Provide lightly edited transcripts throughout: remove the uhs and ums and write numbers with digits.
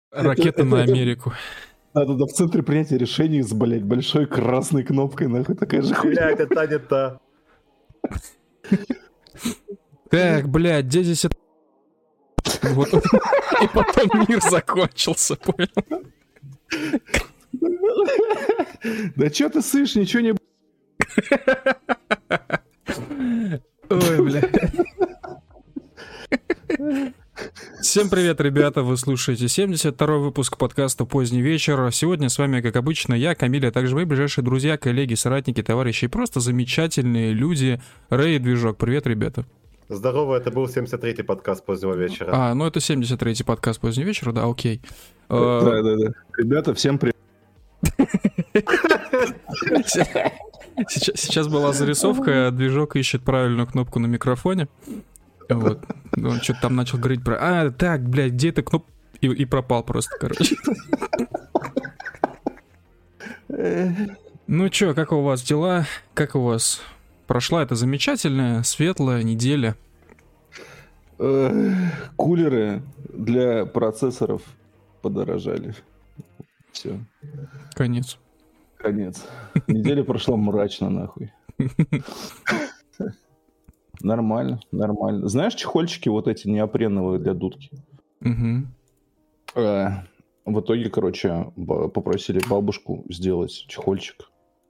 Ракета на Америку. Надо в центре принятия решений с, блядь, большой красной кнопкой, нахуй, такая же хуйня. Блядь, это не та. Так, блядь, где здесь это... Вот. И потом мир закончился, понял? Да чё ты слышишь, ничего не... Ой, блядь. Всем привет, ребята, вы слушаете 72-й выпуск подкаста «Поздний вечер». Сегодня с вами, как обычно, я, Камиль, а также мои ближайшие друзья, коллеги, соратники, товарищи и просто замечательные люди. Рэй и Движок. Привет, ребята. Здорово, это был 73-й подкаст «Позднего вечера». Ну это 73-й подкаст «Поздний вечер», да, окей. Да. Ребята, всем привет. Сейчас была зарисовка, Движок ищет правильную кнопку на микрофоне. Вот. Он что-то там начал говорить про... так, блядь, где эта кнопка? И пропал просто, короче. Ну чё, как у вас дела? Как у вас прошла эта замечательная, светлая неделя? Кулеры для процессоров подорожали. Все. Конец. Неделя прошла мрачно, нахуй. Нормально. Знаешь, чехольчики вот эти неопреновые для дудки? Угу. В итоге, короче, попросили бабушку сделать чехольчик.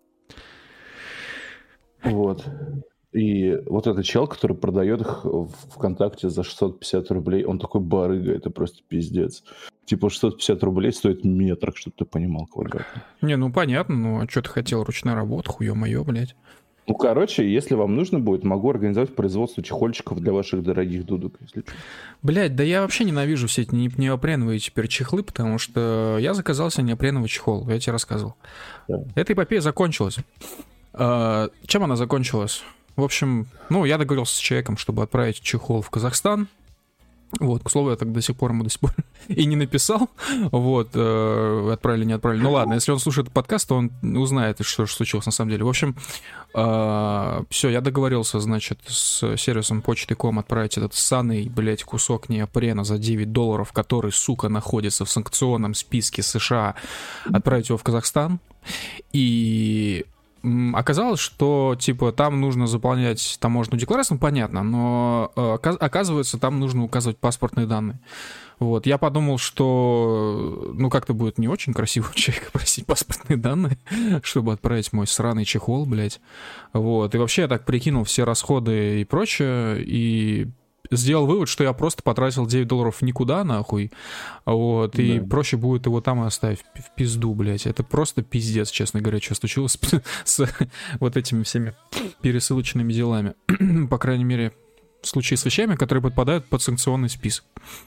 Вот. И вот этот чел, который продает их в ВКонтакте за 650 рублей, он такой барыга, это просто пиздец. Типа 650 рублей стоит метр, чтобы ты понимал, квадратный. Не, ну понятно, ну а что ты хотел, ручная работа, хуё-моё, блядь. Ну, короче, если вам нужно будет, могу организовать производство чехольчиков для ваших дорогих дудок, если что. Блядь, да я вообще ненавижу все эти неопреновые теперь чехлы, потому что я заказал себе неопреновый чехол, я тебе рассказывал. Да. Эта эпопея закончилась. Чем она закончилась? В общем, я договорился с человеком, чтобы отправить чехол в Казахстан. Вот, к слову, я так до сих пор и не написал. Вот, отправили, не отправили. Ну ладно, если он слушает этот подкаст, то он узнает, что же случилось на самом деле. В общем, все, я договорился, значит, с сервисом почты.ком отправить этот ссаный, блядь, кусок неопрена за $9, который, сука, находится в санкционном списке США, отправить его в Казахстан. И... оказалось, что, типа, там нужно заполнять таможенную декларацию, понятно, но, оказывается, там нужно указывать паспортные данные. Вот, я подумал, что, как-то будет не очень красиво у человека просить паспортные данные, чтобы отправить мой сраный чехол, блядь. Вот, и вообще я так прикинул все расходы и прочее, и... сделал вывод, что я просто потратил $9 никуда, нахуй. Вот, да. И проще будет его там оставить в пизду, блядь. Это просто пиздец, честно говоря, что случилось с вот этими всеми пересылочными делами. По крайней мере, в случае с вещами, которые подпадают под санкционный список.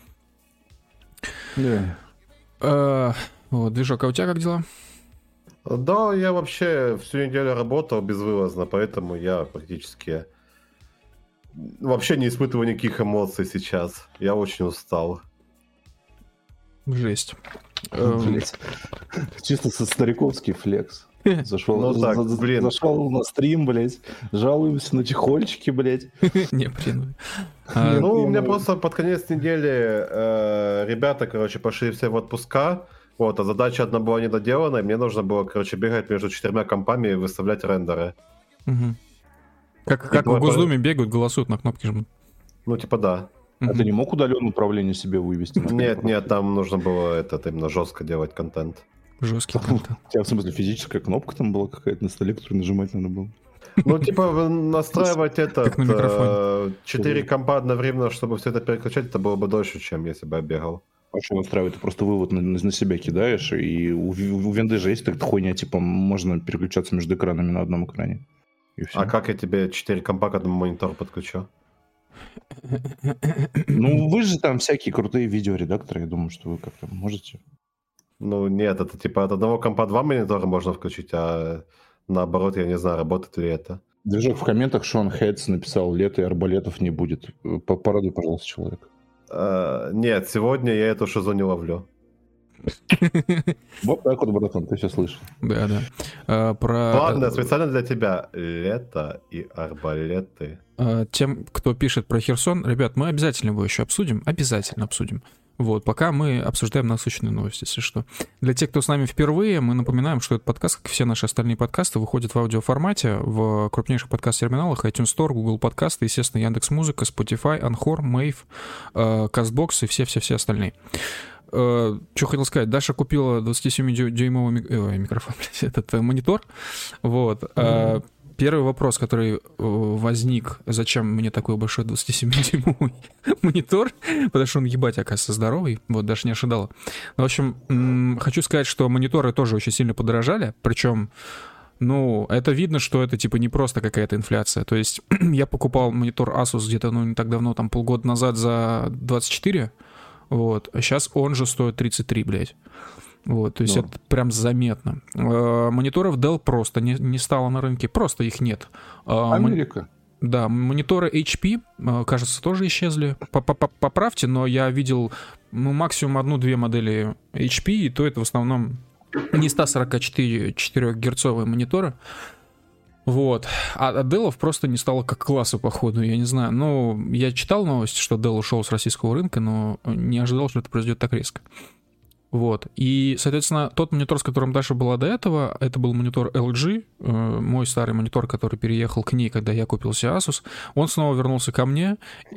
Да. Вот, Движок, а у тебя как дела? Да, я вообще всю неделю работал безвылазно, поэтому я практически... вообще не испытываю никаких эмоций сейчас. Я очень устал. Жесть. Чисто со стариковский флекс. Зашел на стрим, блядь. Жалуемся на чехольчики, блядь. Не, блин. У меня просто под конец недели ребята, пошли все в отпуска. Вот, а задача одна была недоделана, и мне нужно было, бегать между 4 компами и выставлять рендеры. Угу. Как в Госдуме бегают, голосуют, на кнопки жмут. Да. А ты не мог удаленное управление себе вывести? Нет, там нужно было именно жестко делать контент. Жесткий контент. У тебя, в смысле, физическая кнопка там была какая-то на столе, которую нажимать надо было? Настраивать как на микрофоне. 4 компа одновременно, чтобы все это переключать, это было бы дольше, чем если бы я бегал. А что настраивать? Ты просто вывод на себя кидаешь, и у винды же есть такая хуйня, типа можно переключаться между экранами на одном экране. А как я тебе 4 компа к одному монитору подключу? Вы же там всякие крутые видеоредакторы, я думаю, что вы как-то можете. Нет, это типа от одного компа 2 монитора можно включить, а наоборот, я не знаю, работает ли это. Движок в комментах Шон Хедс написал: лето и арбалетов не будет. Порадуй, пожалуйста, человек. Нет, сегодня я эту шизу не ловлю. Вот так вот, братан, ты все слышал. Да. Ладно, специально для тебя. Лето и арбалеты. Тем, кто пишет про Херсон, ребят, мы обязательно его еще обсудим. Обязательно обсудим. Вот, пока мы обсуждаем насущные новости, если что. Для тех, кто с нами впервые, мы напоминаем, что этот подкаст, как и все наши остальные подкасты, выходит в аудиоформате в крупнейших подкаст-терминалах: iTunes Store, Google подкасты, естественно, Яндекс.Музыка, Spotify, Anchor, Mave, CastBox и все-все-все остальные. Что хотел сказать, Даша купила 27-дюймовый микрофон, этот монитор. Вот. Первый вопрос, который возник: зачем мне такой большой 27-дюймовый монитор? Потому что он, ебать, оказывается, здоровый. Вот, даже не ожидала. В общем, хочу сказать, что мониторы тоже очень сильно подорожали. Причем, ну, это видно, что это, типа, не просто какая-то инфляция. То есть я покупал монитор Asus где-то, ну, не так давно, там, полгода назад за 24, вот. А сейчас он же стоит 33, блядь. Вот, то есть это прям заметно. Мониторов Dell просто не стало на рынке, просто их нет. Америка. Да, мониторы HP, кажется, тоже исчезли. Поправьте, но я видел, ну, максимум 1-2 модели HP, и то это в основном не 144-герцовые мониторы. Вот. А Dell просто не стало как класса, походу, я не знаю. Ну, я читал новость, что Dell ушел с российского рынка, но не ожидал, что это произойдет так резко. Вот. И, соответственно, тот монитор, с которым Даша была до этого, это был монитор LG, мой старый монитор, который переехал к ней, когда я купил себе Asus. Он снова вернулся ко мне.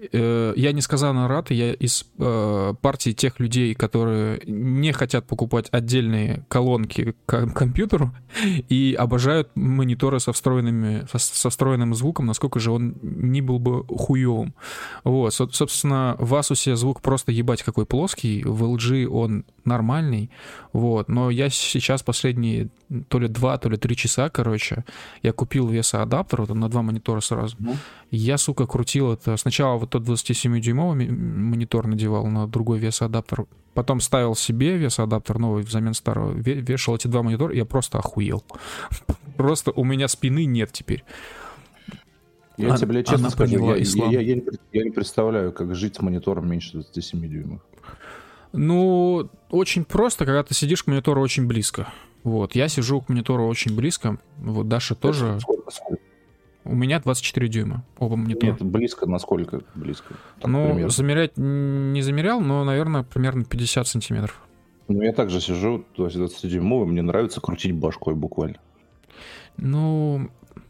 Я несказанно рад, я из партии тех людей, которые не хотят покупать отдельные колонки к компьютеру и обожают мониторы со встроенным звуком, насколько же он не был бы хуёвым. Вот. Собственно, в Asus звук просто ебать какой плоский, в LG он нормальный, вот, но я сейчас последние то ли 2, то ли 3 часа, короче, я купил весоадаптер вот, на 2 монитора сразу, я, сука, крутил это, сначала вот тот 27-дюймовый монитор надевал на другой весоадаптер, потом ставил себе весоадаптер новый взамен старого, вешал эти 2 монитора, и я просто охуел, просто у меня спины нет теперь. Я тебе, блядь, честно скажу, я не представляю, как жить с монитором меньше 27 дюймов. Ну, очень просто, когда ты сидишь к монитору очень близко. Вот, я сижу к монитору очень близко. Вот Даша тоже. Сколько? У меня 24 дюйма, оба монитора. Нет, близко, насколько близко? Так, ну, примерно. Замерять не замерял, но, наверное, примерно 50 сантиметров. Ну, я также сижу, то есть 20-дюймовый, мне нравится крутить башкой буквально. Ну...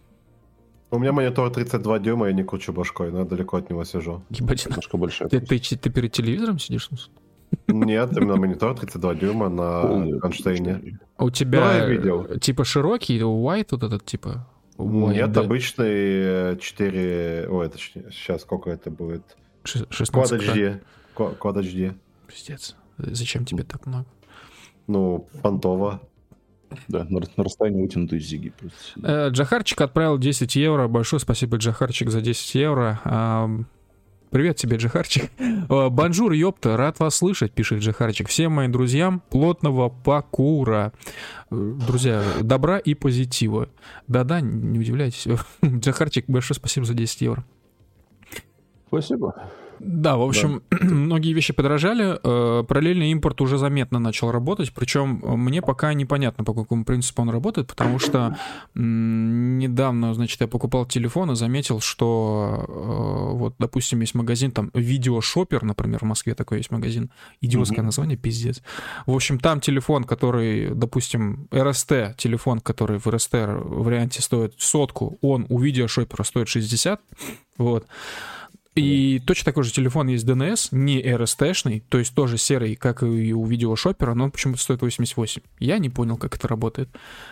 У меня монитор 32 дюйма, я не кручу башкой, но я далеко от него сижу. Ебать, башка большая. Ты перед телевизором сидишь? Нет, именно монитор 32 дюйма на Кронштейне. У тебя типа широкий, white вот этот типа? Нет, обычный 4... Ой, это сейчас сколько это будет? 16 Quad HD. Пиздец. Зачем тебе так много? Ну, понтово. Да, на расстоянии вытянутой зиги. Джахарчик отправил 10 евро. Большое спасибо, Джахарчик, за 10 евро. Привет тебе, Джахарчик. Бонжур, ёпта, рад вас слышать, пишет Джахарчик. Всем моим друзьям плотного покура. Друзья, добра и позитива. Да-да, не удивляйтесь. Джахарчик, большое спасибо за 10 евро. Спасибо. Да, в общем, многие вещи подорожали, параллельный импорт уже заметно начал работать, причем мне пока непонятно, по какому принципу он работает, потому что недавно, значит, я покупал телефон и заметил, что вот, допустим, есть магазин, там, Видеошопер, например, в Москве такой есть магазин, идиотское название, пиздец. В общем, там телефон, который, допустим, RST, телефон, который в RST варианте стоит 100, он у Видеошопера стоит 60, вот. И точно такой же телефон есть DNS, не RST-шный, то есть тоже серый, как и у видеошопера, но он почему-то стоит 88. Я не понял, как это работает.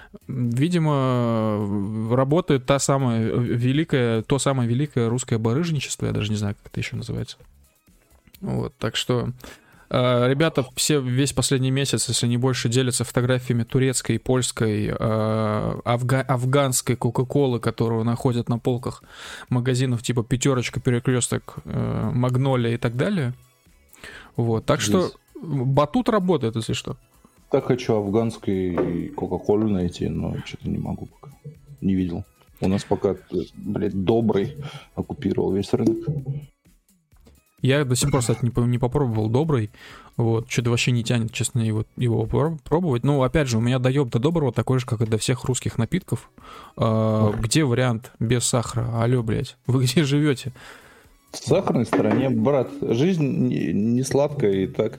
Видимо, работает то самое великое русское барыжничество, я даже не знаю, как это еще называется. Вот, так что... Ребята весь последний месяц, если не больше, делятся фотографиями турецкой, польской, афганской Кока-Колы, которую находят на полках магазинов типа «Пятерочка», «Перекресток», «Магнолия» и так далее. Вот. Так что батут работает, если что. Так хочу афганской Кока-Колы найти, но что-то не могу пока. Не видел. У нас пока, блядь, Добрый оккупировал весь рынок. Я до сих пор, кстати, не попробовал Добрый. Вот, что-то вообще не тянет, честно, его пробовать. Ну, опять же, у меня доеб до Доброго такой же, как и до всех русских напитков. Где вариант без сахара? Алло, блядь, вы где живете? В сахарной стране, брат, жизнь не сладкая и так.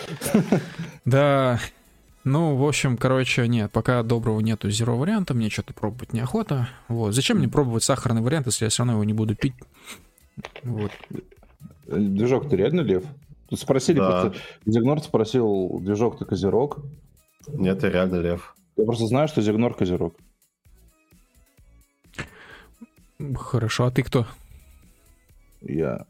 Да, ну, в общем, короче, нет, пока доброго нету zero варианта, мне что-то пробовать неохота. Вот. Зачем мне пробовать сахарный вариант, если я все равно его не буду пить? Вот. Движок, ты реально лев? Тут спросили, Да. Зигнор спросил, движок ты козерог? Нет, я реально лев. Я просто знаю, что Зигнор козерог. Хорошо, а ты кто? Я...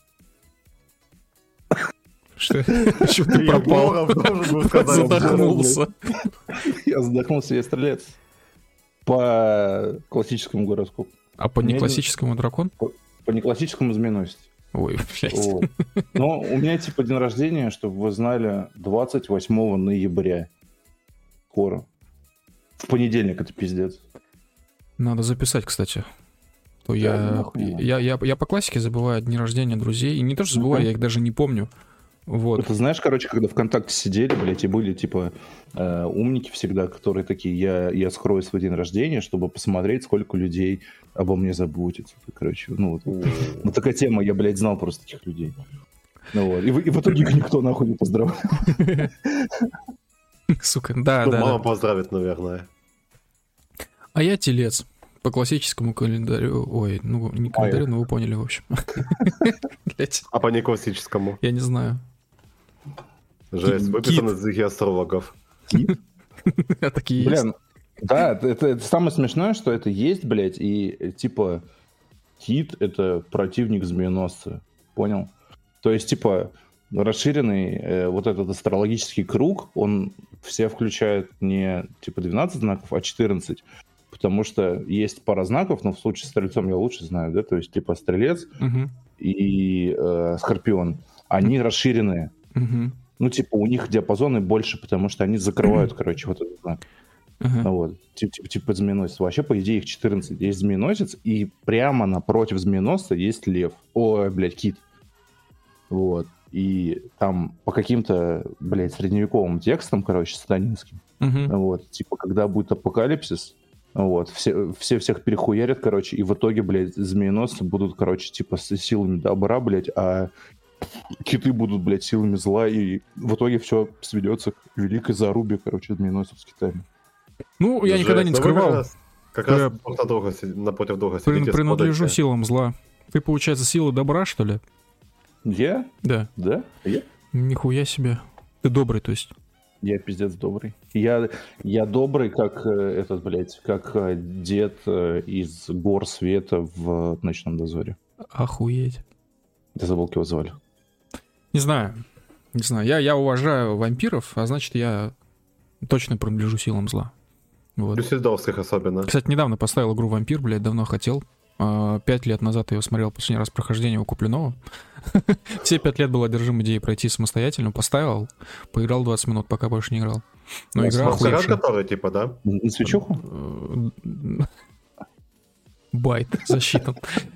Что ты пропал? Егоров должен был сказать. Задохнулся. Я задохнулся, я стрелец. По классическому гороскопу. А по неклассическому дракон? По неклассическому змееносец. Ой, блядь. Вот. Но у меня типа день рождения, чтобы вы знали, 28 ноября. Скоро. В понедельник, это пиздец. Надо записать, кстати. То Да, я по классике забываю дни рождения друзей. И не то, что забываю, я их даже не помню. Вот. Это знаешь, короче, когда ВКонтакте сидели, блядь, и были, типа, умники всегда, которые такие, я скрою свой день рождения, чтобы посмотреть, сколько людей обо мне заботится. Короче, ну, вот такая тема, я, блядь, знал просто таких людей. Ну, вот. И в итоге их никто нахуй не поздравлял. Сука, да. Мама поздравит, наверное. А я телец. По классическому календарю. Ой, ну не календарю, но вы поняли, в общем. Блять. А по неклассическому? Я не знаю. Жесть, выписано из их астрологов. А такие есть. Блин, да, это самое смешное, что это есть, блядь, и типа Кит — это противник змееносца. Понял? То есть, типа, расширенный вот этот астрологический круг, он все включает не типа 12 знаков, а 14. Потому что есть пара знаков, но в случае с стрельцом я лучше знаю, да, то есть типа стрелец и скорпион, они расширенные. Ну, типа, у них диапазоны больше, потому что они закрывают, короче, вот этот знак. Вот. Типа змееносец. Вообще, по идее, их 14. Есть змееносец, и прямо напротив змееносца есть лев. Ой, блядь, кит. Вот. И там по каким-то, блядь, средневековым текстам, короче, сатанинским, вот, типа, когда будет апокалипсис, вот, все всех перехуярят, короче, и в итоге, блядь, змееносцы будут, короче, типа, с силами добра, блядь, а киты будут, блядь, силами зла, и в итоге все сведется к великой зарубе, короче, змееносцев с китами. Ну, я никогда не скрывал. Как раз напротив друга сидите. Принадлежу силам зла. Ты, получается, сила добра, что ли? Я? Да. Да? Я? Нихуя себе. Ты добрый, то есть? Я пиздец добрый. Я добрый, как этот, блядь, как дед из гор света в «Ночном дозоре». Охуеть. Ты забыл, как его звали? Не знаю. Я уважаю вампиров, а значит, я точно принадлежу силам зла. Вот. Дюссельдорфских особенно. Кстати, недавно поставил игру «Вампир», блядь, давно хотел. 5 лет назад я его смотрел последний раз прохождение у Куплинова. Все 5 лет был одержим идеей пройти самостоятельно. Поставил, поиграл 20 минут, пока больше не играл. Но игра охуевшая. Который, типа, да? На свечуху? Байт засчитан.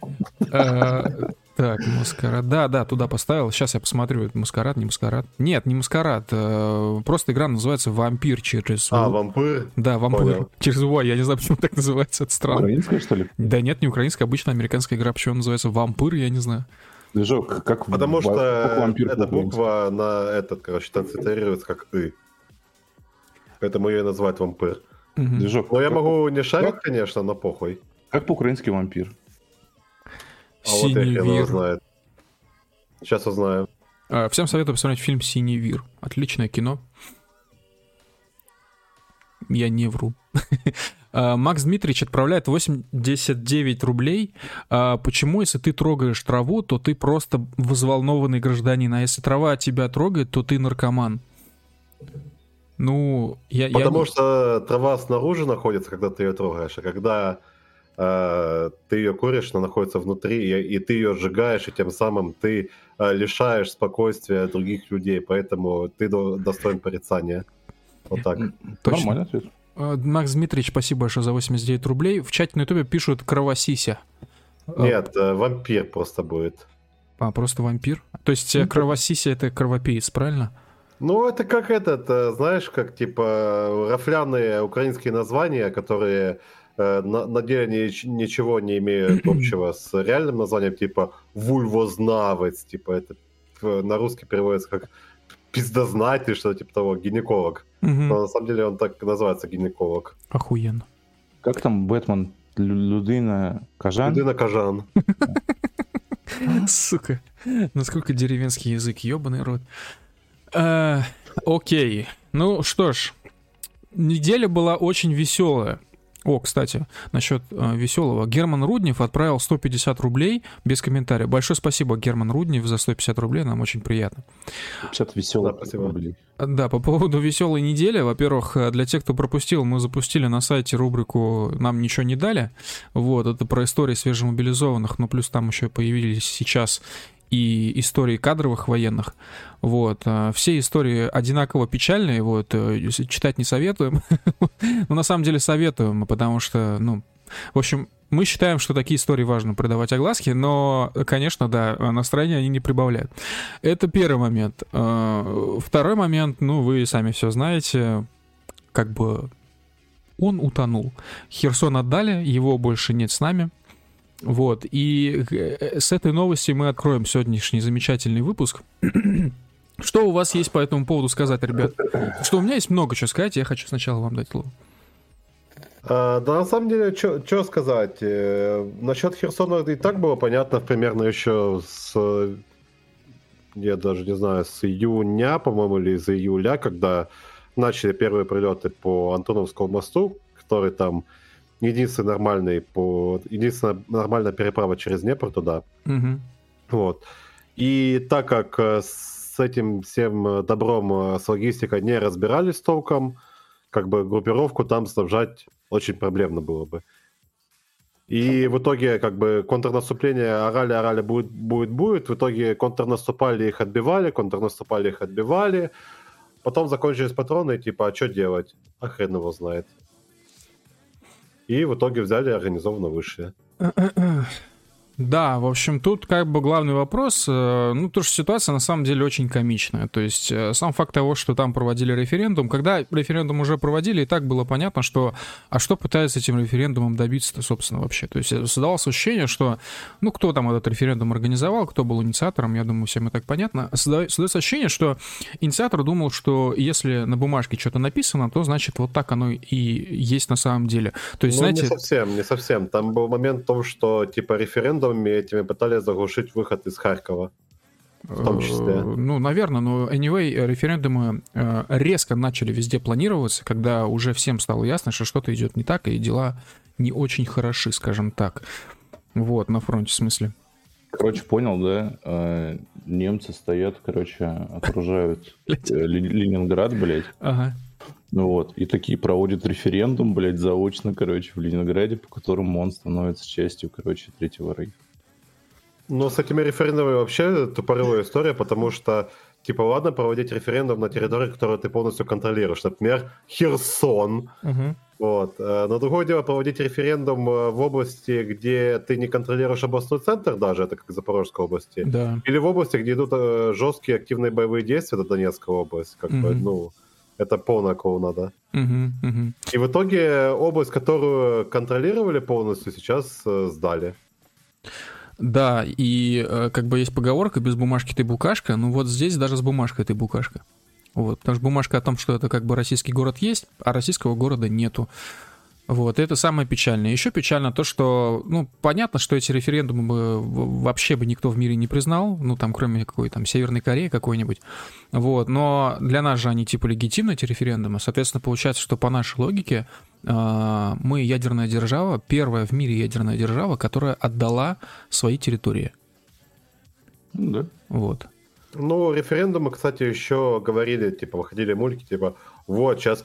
Так, Маскарад. Да, туда поставил. Сейчас я посмотрю, это Маскарад, не Маскарад. Нет, не Маскарад. Просто игра называется «Вампир» через... Вампир? Да, «Вампир» через «В». Я не знаю, почему так называется, это странно. Украинская, что ли? Да нет, не украинская, обычная американская игра. Почему она называется «Вампир», я не знаю. Движок, как Потому что эта по-украински? буква на этот, короче, транслитерируется как «ы». Поэтому ее и называют «Вампир». Движок, Но я могу не шарить, конечно, но похуй. как по-украински вампир? А вот я хрен его «Синевир». знает. Сейчас узнаю. Всем советую посмотреть фильм «Синевир». Отличное кино. Я не вру. Макс Дмитриевич отправляет 89 рублей. Почему, если ты трогаешь траву, то ты просто взволнованный гражданин, а если трава тебя трогает, то ты наркоман? Ну, Потому что трава снаружи находится, когда ты ее трогаешь, а когда ты ее куришь, она находится внутри, и ты ее сжигаешь, и тем самым ты лишаешь спокойствия других людей, поэтому ты достоин порицания. Вот так. Точно. Нормальный ответ. Макс Дмитриевич, спасибо большое за 89 рублей. В чате на ютубе пишут «Кровосися». Нет, вампир просто будет. Просто вампир? То есть «Кровосися» — это кровопиец, правильно? Ну, это как знаешь, как типа рафляные украинские названия, которые на деле ничего не имеют общего с реальным названием, типа вульвознавец, типа это на русский переводится как пиздознатель, что-то типа того, гинеколог. Но на самом деле он так и называется, гинеколог. Охуенно. Как там Бэтмен? Людина Кажан? Людина Кажан. Сука. Насколько деревенский язык, ёбаный рот. Окей. Ну что ж. Неделя была очень веселая. О, кстати, насчет веселого. Герман Руднев отправил 150 рублей без комментария. Большое спасибо, Герман Руднев, за 150 рублей. Нам очень приятно. 50 веселых рублей. Да, по поводу веселой недели. Во-первых, для тех, кто пропустил, мы запустили на сайте рубрику «Нам ничего не дали». Вот, это про истории свежемобилизованных, но плюс там еще появились сейчас и истории кадровых военных. Вот. Все истории одинаково печальные, вот. Читать не советуем. Но на самом деле советуем, потому что, в общем, мы считаем, что такие истории важно придавать огласке, но, конечно, да, настроение они не прибавляют. Это первый момент. Второй момент, вы сами все знаете, как бы он утонул. Херсон отдали, его больше нет с нами. Вот, и с этой новости мы откроем сегодняшний замечательный выпуск. Что у вас есть по этому поводу сказать, ребят? Что у меня есть много чего сказать, я хочу сначала вам дать слово. Да, на самом деле, что сказать? Насчет Херсона и так было понятно примерно еще я даже не знаю, с июня, по-моему, или из июля, когда начали первые прилеты по Антоновскому мосту, который там единственная нормальная переправа через Днепр туда. Угу. Вот. И так как с этим всем добром с логистикой не разбирались толком, как бы группировку там снабжать очень проблемно было бы. И в итоге как бы контрнаступление орали, будет. В итоге контрнаступали, их отбивали. Потом закончились патроны, типа, а что делать? А хрен его знает. И в итоге взяли и организованно вышли. Да, в общем, тут как бы главный вопрос, потому что ситуация на самом деле очень комичная. То есть сам факт того, что там проводили референдум, когда референдум уже проводили, и так было понятно, что что пытается этим референдумом добиться-то, собственно, вообще. То есть создавалось ощущение, что, кто там этот референдум организовал, кто был инициатором, я думаю, всем и так понятно. Создается ощущение, что инициатор думал, что если на бумажке что-то написано, то, значит, вот так оно и есть на самом деле. То есть, знаете... Не совсем. Там был момент в том, что, типа, референдум этими пытались заглушить выход из Харькова, в том числе. Наверное, но anyway, референдумы резко начали везде планироваться, когда уже всем стало ясно, что что-то идет не так, и дела не очень хороши, скажем так. Вот, на фронте, в смысле. Понял, да? Немцы стоят, окружают Ленинград, блядь. Ага. И такие проводят референдум, блядь, заочно, в Ленинграде, по которому он становится частью, Третьего Рейха. С этими референдумами вообще тупорылая история, потому что, ладно проводить референдум на территории, которую ты полностью контролируешь, например, Херсон. Угу. Вот. Но другое дело проводить референдум в области, где ты не контролируешь областной центр даже, это как в Запорожской области, да. Или в области, где идут жесткие активные боевые действия, это Донецкая область, это полная клоунада. И в итоге область, которую контролировали полностью, сейчас сдали. Да, и есть поговорка «без бумажки ты букашка», здесь даже с бумажкой ты букашка. Вот, потому что бумажка о том, что это российский город есть, а российского города нету. Вот, и это самое печальное. Еще печально то, что, понятно, что эти референдумы вообще бы никто в мире не признал, кроме Северной Кореи какой-нибудь. Вот, но для нас же они легитимны, эти референдумы. Соответственно, получается, что по нашей логике мы ядерная держава, первая в мире ядерная держава, которая отдала свои территории. Да. Вот. Референдумы, кстати, еще говорили, выходили мультики, вот, сейчас,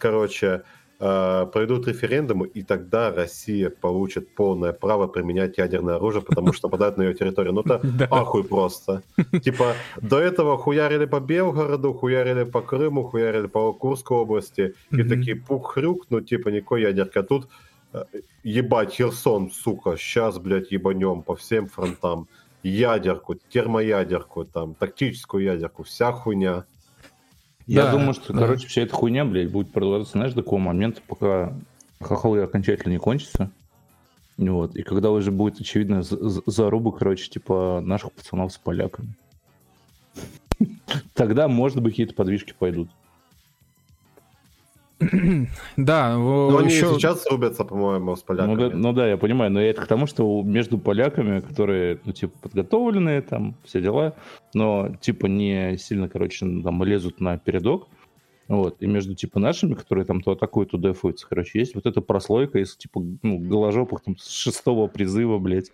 пройдут референдумы, и тогда Россия получит полное право применять ядерное оружие, потому что нападают на ее территорию. Это ахуй просто. До этого хуярили по Белгороду, хуярили по Крыму, хуярили по Курской области, и такие пух-хрюк, никакой ядерки. А тут ебать, Херсон, сука, сейчас, блядь, ебанем по всем фронтам. Ядерку, термоядерку, тактическую ядерку, вся хуйня. Я думаю, что, вся эта хуйня, блядь, будет продолжаться, до какого момента, пока хохлы окончательно не кончатся. Вот. И когда уже будет очевидно заруба, короче, типа наших пацанов с поляками, тогда, может быть, какие-то подвижки пойдут. Да, Но они еще... сейчас рубятся, по-моему, с поляками. Ну да, я понимаю, но это к тому, что между поляками, которые, ну, типа, подготовленные, там, все дела, но, типа, не сильно, короче, там, лезут на передок, вот, и между, типа, нашими, которые там то атакуют, то дефаются, короче, есть вот эта прослойка из, типа, ну, голожопых, там, с 6-го призыва, блядь,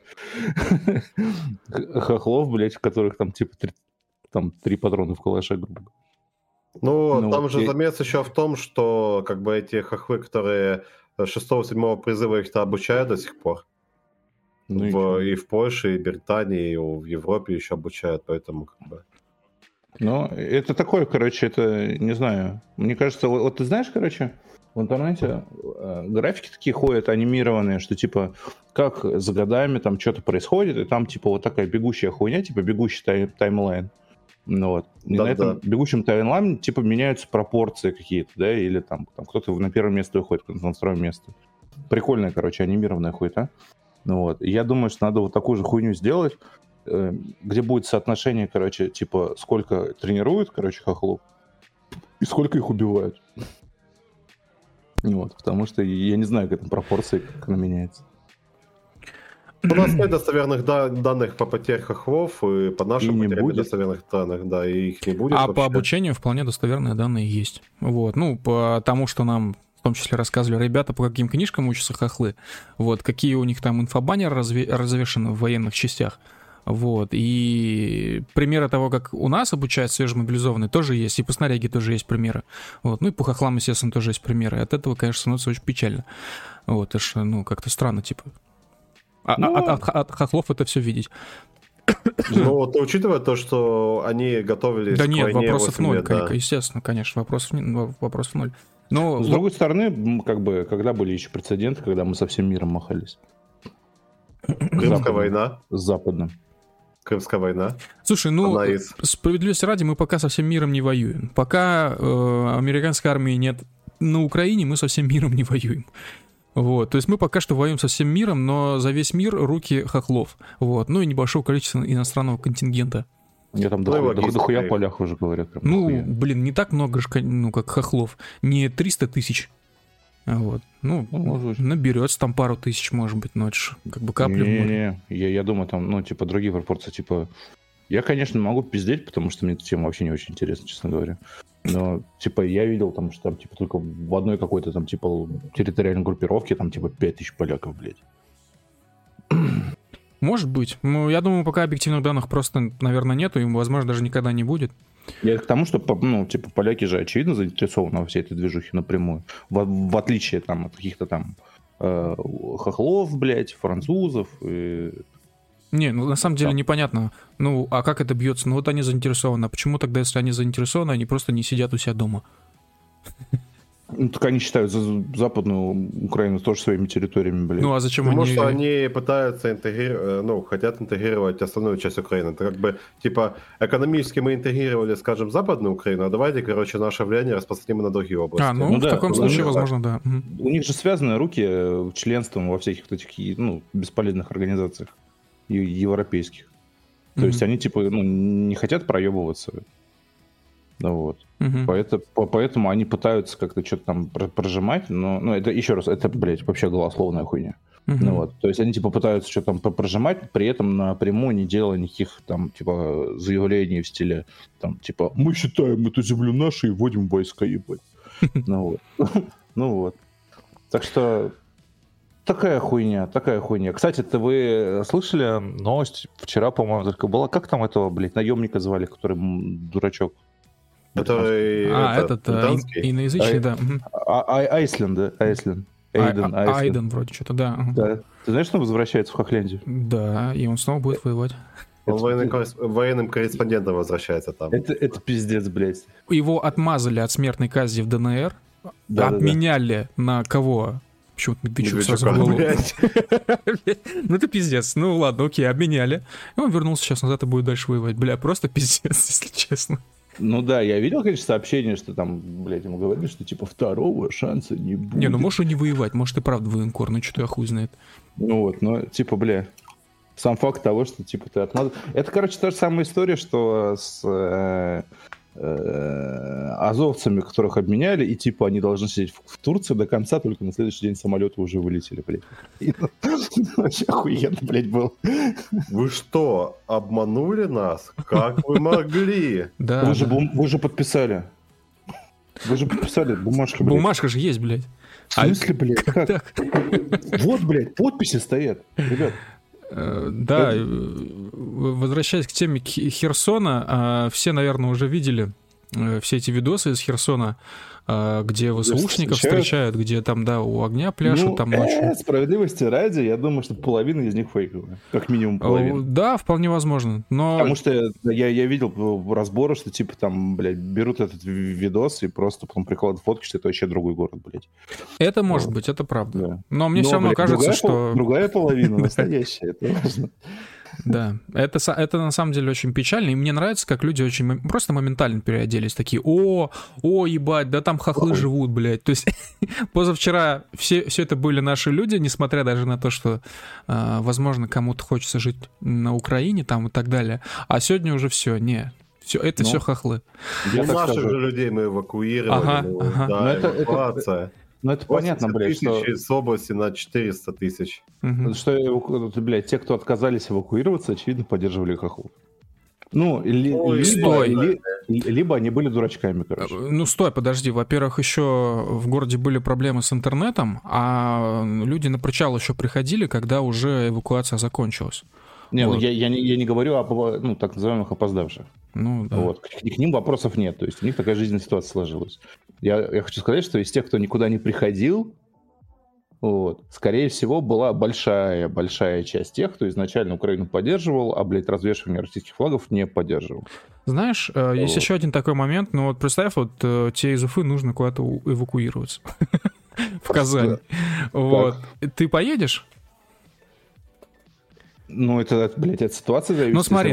хохлов, блядь, в которых там, типа, 3 патрона в калаше, грубо говоря. Ну, там же замес еще в том, что как бы эти хохлы, которые 6-7 призыва их-то обучают до сих пор. Ну и в Польше, и в Британии, и в Европе еще обучают, поэтому как бы... Ну, это такое, короче, это, не знаю, мне кажется, вот ты знаешь, короче, в интернете графики такие ходят анимированные, что типа как за годами там что-то происходит, и там типа вот такая бегущая хуйня, типа бегущий таймлайн. Ну вот. И на этом бегущем таймлайне типа меняются пропорции какие-то, да, или там кто-то на первое место уходит, кто-то на второе место. Прикольная, короче, анимированная хуйта. Ну вот. И я думаю, что надо вот такую же хуйню сделать, где будет соотношение, короче, типа сколько тренируют, короче, хохлов, и сколько их убивают. Вот, потому что я не знаю, как там пропорции, как она меняется. У нас нет достоверных данных по потерь хохлов, и по нашим потерям достоверных данных, да, и их не будет. А вообще. По обучению вполне достоверные данные есть. Вот, ну, по тому, что нам в том числе рассказывали ребята, по каким книжкам учатся хохлы, вот, какие у них там инфобаннеры развешаны в военных частях. Вот, и примеры того, как у нас обучают свежемобилизованные, тоже есть, и по снаряге тоже есть примеры. Вот, ну и по хохлам, естественно, тоже есть примеры. И от этого, конечно, становится очень печально. Вот, это ж, ну, как-то странно, типа. От хохлов это все видеть. Ну, ты учитывая то, что они готовились да к нет, войне вопросов 8 ноль, лет, да. естественно, конечно, вопросов ноль. Но с другой стороны, как бы, когда были еще прецеденты, когда мы со всем миром махались? Крымская война. С западным. Крымская война. Слушай, ну, справедливости ради, мы пока со всем миром не воюем. Пока американской армии нет на Украине, мы со всем миром не воюем. Вот, то есть мы пока что воюем со всем миром, но за весь мир руки хохлов. Вот, ну и небольшого количества иностранного контингента. Я там дохуя полях уже говорят. Ну, дохуя. Блин, не так много же, ну, как хохлов. Не 300 тысяч. Вот. Ну, наберется там пару тысяч, может быть, ночь. Как бы капли в море. Я думаю, там, ну, типа, другие пропорции, типа... Я, конечно, могу пиздеть, потому что мне эта тема вообще не очень интересна, честно говоря. Но, типа, я видел там, что там, типа, только в одной какой-то там, типа, территориальной группировке там, типа, 5000 поляков, блядь. Может быть. Ну, я думаю, пока объективных данных просто, наверное, нету, и, возможно, даже никогда не будет. Я к тому, что, ну, типа, поляки же, очевидно, заинтересованы во всей этой движухе напрямую. В отличие, там, от каких-то там хохлов, блядь, французов и... Не, ну на самом деле непонятно. Ну, а как это бьется? Ну вот они заинтересованы. А почему тогда, если они заинтересованы, они просто не сидят у себя дома? Ну, так они считают Западную Украину тоже своими территориями, блядь. Ну, а зачем Потому они... что они пытаются интегрировать, ну, хотят интегрировать основную часть Украины. Это как бы, типа, экономически мы интегрировали, скажем, Западную Украину, а давайте, короче, наше влияние распространим на другие области. А, ну в таком случае, возможно, да. У них же связаны руки членством во всяких вот этих, ну, бесполезных организациях европейских. То есть они, типа, ну, не хотят проебываться. Ну, вот. Поэтому они пытаются как-то что-то там прожимать, но, ну, это, еще раз, это, блядь, вообще голословная хуйня. Ну, вот. То есть они, типа, пытаются что-то там прожимать, при этом напрямую не делая никаких, там, типа, заявлений в стиле, там, типа, мы считаем эту землю нашей и вводим войска, ебать. Ну, вот. Ну, вот. Так что... Такая хуйня. Кстати, вы слышали новость? Вчера, по-моему, только была. Как там этого, блядь, наемника звали, который дурачок? Который... иноязычный, да. Айсленд. Айден вроде что-то, да. Да. Ты знаешь, что он возвращается в Хохляндию? Да, и он снова будет воевать. Он военным корреспондентом возвращается там. Это пиздец, блядь. Его отмазали от смертной казни в ДНР, обменяли на кого? Почему-то Медведчук сразу в голову. Ну это пиздец. Ну ладно, окей, обменяли. И он вернулся сейчас назад и будет дальше воевать. Бля, просто пиздец, если честно. Ну да, я видел, конечно, сообщение, что там, блядь, ему говорили, что типа второго шанса не будет. Не, ну можешь и не воевать, может и правда военкор, ну что-то я хуй знает. Ну вот, но типа, бля, сам факт того, что типа ты отмазал... Это, короче, та же самая история, что с азовцами, которых обменяли, и типа они должны сидеть в Турции до конца, только на следующий день самолеты уже вылетели, блядь. Вообще охуенно, блядь, было. Вы что, обманули нас? Как вы могли? Да. Вы же подписали. Вы же подписали бумажки, блядь. Бумажка же есть, блядь. В смысле, блядь, как? Так. Вот, блядь, подписи стоят, ребят. Да, возвращаясь к теме Херсона, все, наверное, уже видели все эти видосы из Херсона, где ВСУшников встречают, где там, да, у огня пляшут там ночью. Справедливости ради, я думаю, что половина из них фейковая. Как минимум половина. Да, вполне возможно. Но... Потому что я видел разборы, что типа там, блядь, берут этот видос и просто потом прикладывают фотки, что это вообще другой город, блядь. Это может быть, это правда. Да. Но мне все равно блядь, кажется, что... Другая половина настоящая, это важно. Да, это на самом деле очень печально, и мне нравится, как люди очень просто моментально переоделись, такие, о, ебать, да там хохлы живут, блядь. То есть позавчера все это были наши люди, несмотря даже на то, что, возможно, кому-то хочется жить на Украине там и так далее, а сегодня уже все, это все хохлы. Наших же людей мы эвакуировали, да, эвакуация. Ну, это понятно, блядь, что... из области на 400 тысяч. Что, блядь, те, кто отказались эвакуироваться, очевидно, поддерживали хохлов. Ну, либо они были дурачками, короче. Ну, стой, подожди. Во-первых, еще в городе были проблемы с интернетом, а люди на причал еще приходили, когда уже эвакуация закончилась. Не, вот. Я не говорю о так называемых опоздавших. Ну, да. Вот. К ним вопросов нет. То есть у них такая жизненная ситуация сложилась. Я хочу сказать, что из тех, кто никуда не приходил, вот, скорее всего, была большая часть тех, кто изначально Украину поддерживал, а, блядь, развешивание российских флагов не поддерживал. Знаешь, есть еще один такой момент. Ну вот представь, вот тебе из Уфы нужно куда-то эвакуироваться. В Казань. Вот. Ты поедешь? Ну, это, блядь, от ситуации зависит. Ну, смотри,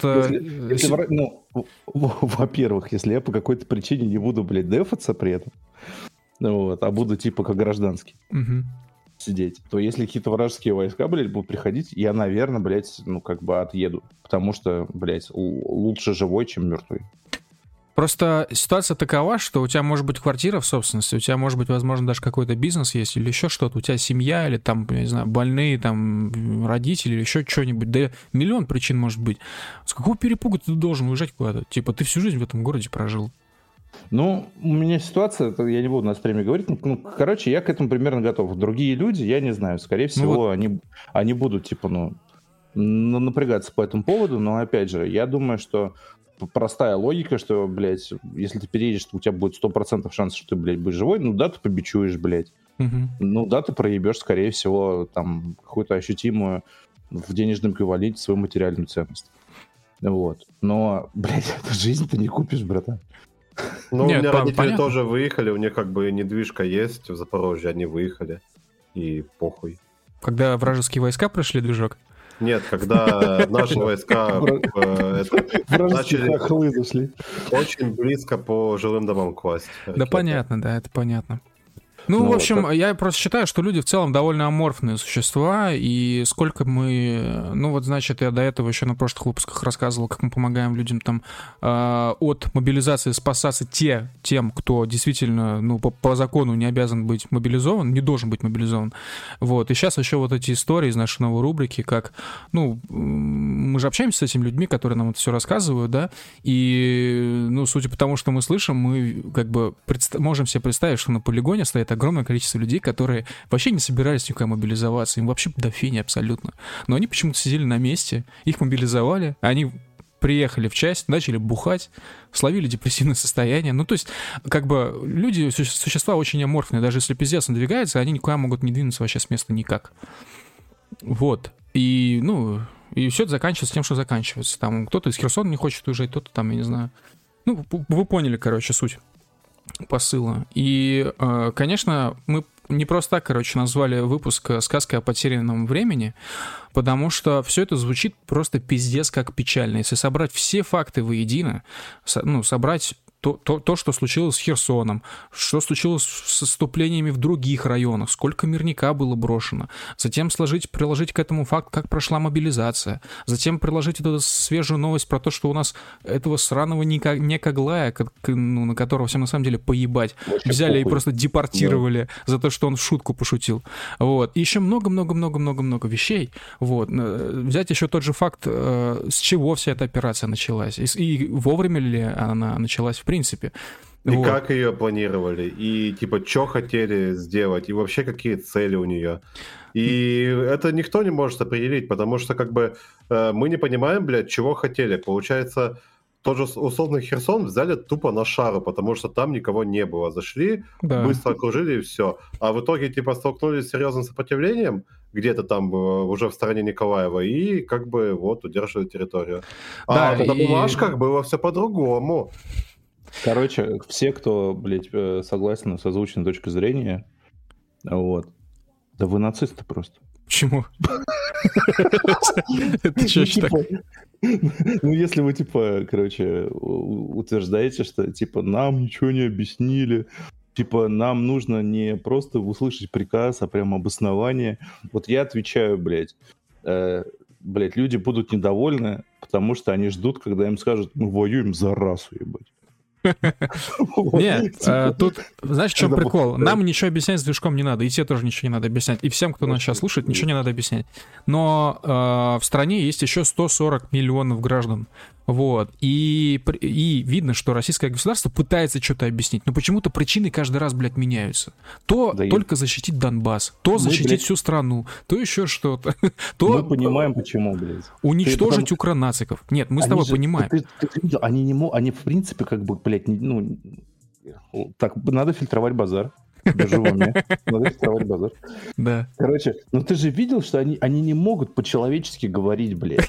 во-первых, если я по какой-то причине не буду, блядь, дефаться при этом, вот, а буду типа как гражданский сидеть, то если какие-то вражеские войска, блядь, будут приходить, я, наверное, блядь, отъеду. Потому что, блядь, лучше живой, чем мертвый. Просто ситуация такова, что у тебя может быть квартира в собственности, у тебя может быть, возможно, даже какой-то бизнес есть или еще что-то, у тебя семья или там, я не знаю, больные там родители или еще что-нибудь, да миллион причин может быть. С какого перепуга ты должен уезжать куда-то? Типа ты всю жизнь в этом городе прожил. Ну, у меня ситуация, я не буду на стриме говорить, короче, я к этому примерно готов. Другие люди, я не знаю, скорее всего, они будут, типа, напрягаться по этому поводу, но, опять же, я думаю, что простая логика, что, блядь, если ты переедешь, то у тебя будет 100% шанс, что ты, блядь, будешь живой, да, ты побичуешь, блядь. Да, ты проебешь, скорее всего, там, какую-то ощутимую в денежном эквиваленте свою материальную ценность. Вот. Но, блядь, эту жизнь ты не купишь, братан. Ну, нет, у меня родители тоже выехали, у них как бы недвижка есть в Запорожье, они выехали, и похуй. Когда вражеские войска прошли движок? Нет, когда наши войска начали очень близко по жилым домам класть. Да понятно, да, это понятно. Ну, в общем, я просто считаю, что люди в целом довольно аморфные существа, и сколько мы... Ну, вот, значит, я до этого еще на прошлых выпусках рассказывал, как мы помогаем людям там от мобилизации спасаться тем, кто действительно, по закону не обязан быть мобилизован, не должен быть мобилизован. Вот, и сейчас еще вот эти истории из нашей новой рубрики, как, мы же общаемся с этими людьми, которые нам это все рассказывают, да, и, судя по тому, что мы слышим, мы как бы можем себе представить, что на полигоне стоит огромное количество людей, которые вообще не собирались никуда мобилизоваться, им вообще до фени абсолютно. Но они почему-то сидели на месте, их мобилизовали, они приехали в часть, начали бухать, словили депрессивное состояние. То есть, как бы, люди, существа очень аморфные, даже если пиздец надвигается, они никуда могут не двинуться вообще с места никак. Вот. И все это заканчивается тем, что заканчивается. Там кто-то из Херсона не хочет уезжать, кто-то там, я не знаю. Вы поняли, короче, суть посыла. И, конечно, мы не просто так, короче, назвали выпуск «Сказка о потерянном времени», потому что все это звучит просто пиздец как печально. Если собрать все факты воедино, собрать то, что случилось с Херсоном, что случилось с отступлениями в других районах, сколько мирника было брошено, затем приложить к этому факт, как прошла мобилизация, затем приложить эту свежую новость про то, что у нас этого сраного Некоглая, на которого всем на самом деле поебать, вообще взяли похуй. и просто депортировали за то, что он в шутку пошутил. Вот. И еще много-много-много-много-много вещей. Вот. Взять еще тот же факт, с чего вся эта операция началась, и вовремя ли она началась в принципе. И Вот. как ее планировали, и типа, что хотели сделать, и вообще какие цели у нее. И это никто не может определить, потому что как бы мы не понимаем, блядь, чего хотели. Получается, тот же условный Херсон взяли тупо на шару, потому что там никого не было. Зашли, Да. быстро окружили и все. А в итоге типа столкнулись с серьезным сопротивлением где-то там уже в стороне Николаева и как бы вот удерживают территорию. Да, А на и- бумажках было все по-другому. Короче, все, кто, блядь, согласен с озвученной точкой зрения, вот, да вы нацисты просто. Почему? Это что ж так? Ну, если вы, типа, короче, утверждаете, что, типа, нам ничего не объяснили, типа, нам нужно не просто услышать приказ, а прям обоснование. Вот я отвечаю, блядь, люди будут недовольны, потому что они ждут, когда им скажут, мы воюем за расу, ебать. Нет, тут, знаешь, в чем Когда прикол? будет, Нам ничего объяснять с движком не надо, и тебе тоже ничего не надо объяснять. И всем, кто нас сейчас слушает, ничего не надо объяснять. Но в стране есть еще 140 миллионов граждан. Вот. И видно, что российское государство пытается что-то объяснить, но почему-то причины каждый раз, блядь, меняются. То Да только защитить Донбасс, то защитить блядь, всю страну, то еще что-то. Мы То понимаем, почему, блядь. уничтожить Ты укронациков. Нет, мы с Они тобой же- понимаем. ты видел, они не могут, они в принципе как бы, блядь, так, надо фильтровать базар. Держу в уме. Надо фильтровать базар. Да. Короче, ну ты же видел, что они не могут по-человечески говорить, блядь.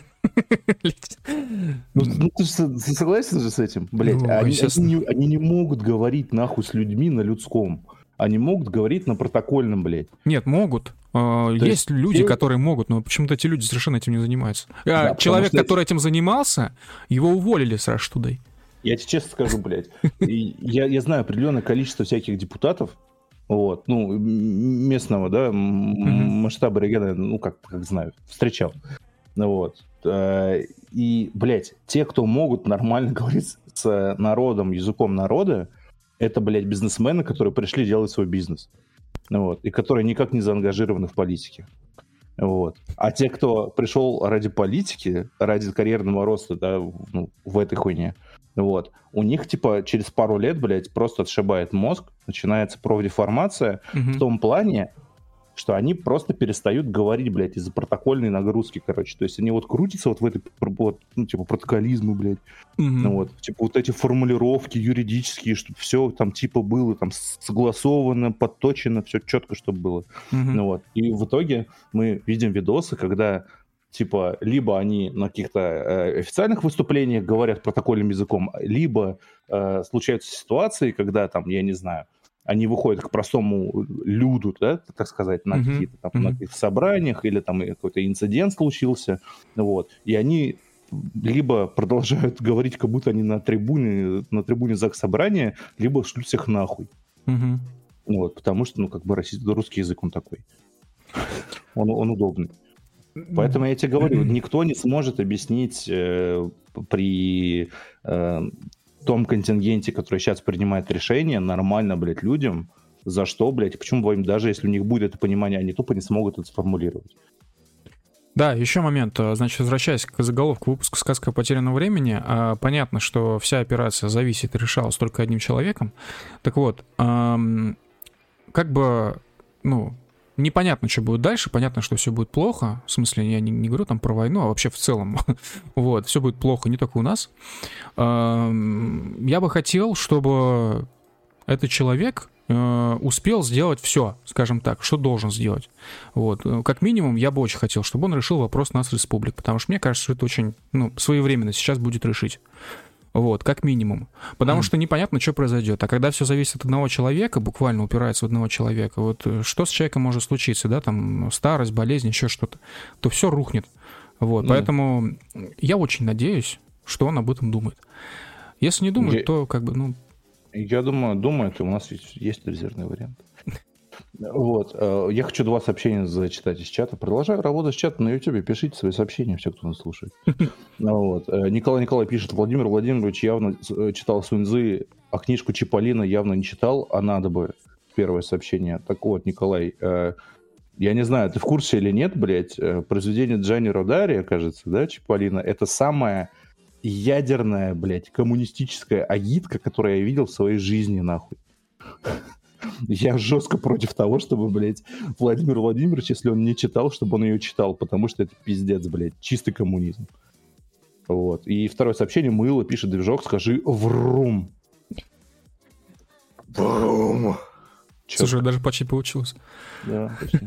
Ну ты же согласен же с этим, блядь? Ну, Они естественно. не могут говорить нахуй с людьми на людском. Они могут говорить на протокольном, блядь. Нет, могут. Есть есть люди, те- которые могут, но почему-то эти люди совершенно этим не занимаются. потому Человек, что который этим занимался, его уволили с Раштудой. Я тебе честно скажу, блядь, я знаю определенное количество всяких депутатов, вот, ну, местного, да, масштаба региона, ну, как знаю, встречал, ну, вот. И, блядь, те, кто могут нормально говорить с народом, языком народа, это, блядь, бизнесмены, которые пришли делать свой бизнес, вот, и которые никак не заангажированы в политике. Вот. А те, кто пришел ради политики, ради карьерного роста, да, ну, в этой хуйне, вот, у них, типа, через пару лет, блядь, просто отшибает мозг, начинается профдеформация в том плане, что они просто перестают говорить, блядь, из-за протокольной нагрузки, короче. То есть они вот крутятся вот в этой, вот, ну, типа, протоколизму, блядь. Ну, вот, типа, вот эти формулировки юридические, чтобы все там, типа, было там согласовано, подточено, все четко, чтобы было. Ну, вот. И в итоге мы видим видосы, когда, типа, либо они на каких-то официальных выступлениях говорят протокольным языком, либо случаются ситуации, когда, там, я не знаю, они выходят к простому люду, да, так сказать, на какие-то там на каких-то собраниях, или там какой-то инцидент случился, вот, и они либо продолжают говорить, как будто они на трибуне заксобрания, либо шлют всех нахуй. Вот, потому что, ну, как бы русский язык, он такой. Он удобный. Поэтому я тебе говорю, никто не сможет объяснить при том контингенте, который сейчас принимает решения, нормально, блядь, людям, за что, блядь, и почему им, даже если у них будет это понимание, они тупо не смогут это сформулировать. Да, еще момент. Значит, возвращаясь к заголовку выпуска «Сказка о потерянном времени», понятно, что вся операция зависит и решалась только одним человеком. Так вот, как бы, ну, непонятно, что будет дальше, понятно, что все будет плохо, в смысле, я не говорю там про войну, а вообще в целом, вот, все будет плохо не только у нас. Я бы хотел, чтобы этот человек успел сделать все, скажем так, что должен сделать. Вот. Как минимум, я бы очень хотел, чтобы он решил вопрос нас, республик, потому что мне кажется, что это очень, ну, своевременно сейчас будет решить. Вот, как минимум. Потому что непонятно, что произойдет. А когда все зависит от одного человека, буквально упирается в одного человека, вот что с человеком может случиться, да, там старость, болезнь, еще что-то, то все рухнет. Вот, поэтому я очень надеюсь, что он об этом думает. Если не думает, то как бы, ну... Я думаю, думает, и у нас есть резервный вариант. Вот. Я хочу 2 сообщения зачитать из чата. Продолжаю работать с чатом на YouTube. Пишите свои сообщения, все, кто нас слушает. Вот. Николай пишет: Владимир Владимирович явно читал Сунь-Цзы, а книжку Чиполлино явно не читал, а надо бы. Первое сообщение. Так вот, Николай, я не знаю, ты в курсе или нет, блядь, произведение Джани Родари, кажется, да, Чиполлино, это самая ядерная, блядь, коммунистическая агитка, которую я видел в своей жизни, нахуй. Я жестко против того, чтобы, блядь, Владимир Владимирович, если он не читал, чтобы он ее читал, потому что это пиздец, блядь, чистый коммунизм. Вот. И второе сообщение. Мыло пишет: движок, скажи врум. Врум. Слушай, даже почти получилось. Да, почти.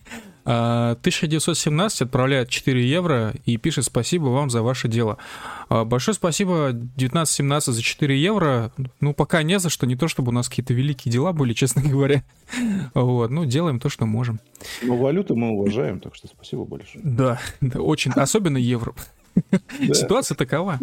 1917 отправляет 4 евро и пишет: спасибо вам за ваше дело. Большое спасибо 1917 за 4 евро. Ну, пока не за что, не то чтобы у нас какие-то великие дела были, честно говоря. Вот, ну, делаем то, что можем. Ну, валюту мы уважаем, так что спасибо большое. Да, очень, особенно евро. Ситуация такова.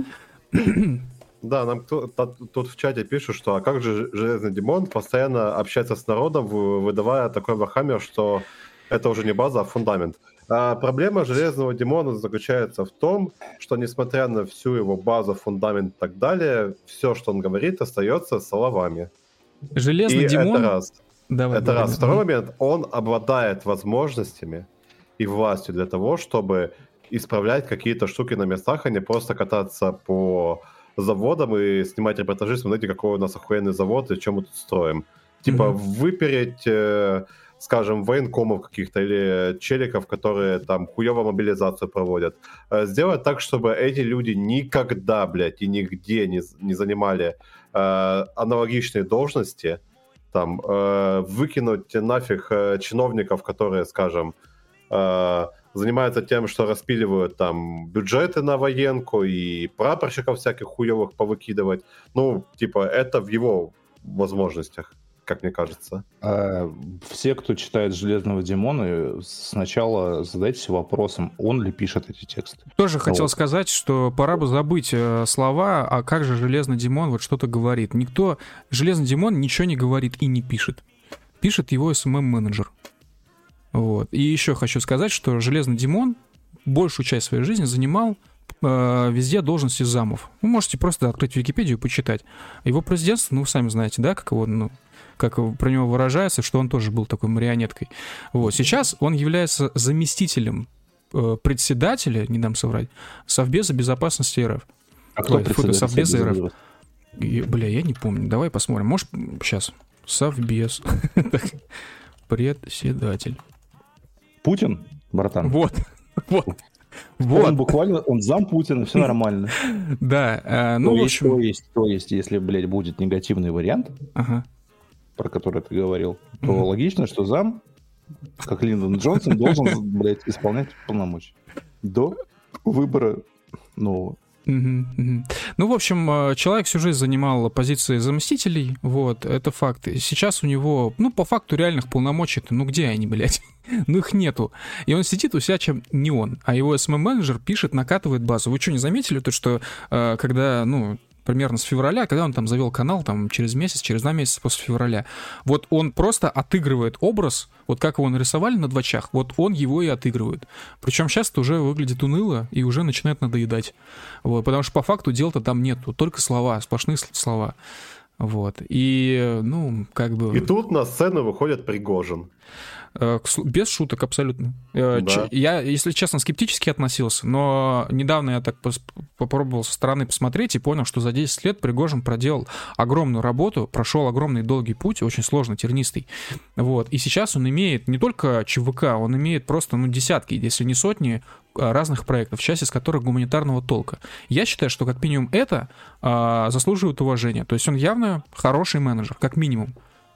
Да, нам тут в чате пишут, что а как же Железный Димон постоянно общается с народом, выдавая такой вархаммер, что это уже не база, а фундамент. А проблема Железного Димона заключается в том, что несмотря на всю его базу, фундамент и так далее, все, что он говорит, остается словами. Железный Димон... Это раз. Это раз. Второй момент, он обладает возможностями и властью для того, чтобы исправлять какие-то штуки на местах, а не просто кататься по заводам и снимать репортажи, смотрите, какой у нас охуенный завод и что мы тут строим. Типа выпереть, скажем, военкомов каких-то или челиков, которые там хуёво мобилизацию проводят. Сделать так, чтобы эти люди никогда, блядь, и нигде не занимали аналогичные должности, там, выкинуть нафиг чиновников, которые, скажем, занимаются тем, что распиливают там бюджеты на военку и прапорщиков всяких хуёвых повыкидывать. Ну, типа, это в его возможностях, как мне кажется. Все, кто читает «Железного Димона», сначала задайтесь вопросом, он ли пишет эти тексты. Тоже хотел сказать, что пора бы забыть слова, а как же Железный Димон вот что-то говорит. Никто, Железный Димон ничего не говорит и не пишет. Пишет его SMM-менеджер. Вот. И еще хочу сказать, что Железный Димон большую часть своей жизни занимал везде должности замов. Вы можете просто открыть Википедию и почитать. Его президентство, ну, вы сами знаете, да, как его, ну, как про него выражается, что он тоже был такой марионеткой. Вот. Сейчас он является заместителем председателя, не дам соврать, Совбеза безопасности РФ. А кто председатель Совбеза РФ? Бля, я не помню. Давай посмотрим. Может, сейчас. Совбез. Председатель. Путин, братан? Вот. Он буквально, он зам Путина, все нормально. Да, ну, в общем... То есть, если, блядь, будет негативный вариант, про который ты говорил, то логично, что зам, как Линдон Джонсон, должен, блядь, исполнять полномочия до выбора нового. Ну, в общем, человек всю жизнь занимал позиции заместителей, вот, это факт. Сейчас у него, ну, по факту реальных полномочий-то, ну, где они, блядь? Ну, их нету. И он сидит у себя, чем не он. А его SMM-менеджер пишет, накатывает базу. Вы что, не заметили, то, что когда, ну, примерно с февраля, когда он там завел канал, там, через месяц, через 2 месяца после февраля, вот он просто отыгрывает образ, вот как его нарисовали на двачах, вот он его и отыгрывает. Причем сейчас это уже выглядит уныло и уже начинает надоедать. Вот, потому что по факту дела-то там нету, только слова, сплошные слова. Вот. И, ну, как бы... И тут на сцену выходит Пригожин. Без шуток, абсолютно. Да. Я, если честно, скептически относился, но недавно я так попробовал со стороны посмотреть и понял, что за 10 лет Пригожин проделал огромную работу, прошел огромный долгий путь, очень сложный, тернистый. Вот. И сейчас он имеет не только ЧВК, он имеет просто, ну, десятки, если не сотни разных проектов, часть из которых гуманитарного толка. Я считаю, что как минимум это заслуживает уважения. То есть он явно хороший менеджер, как минимум.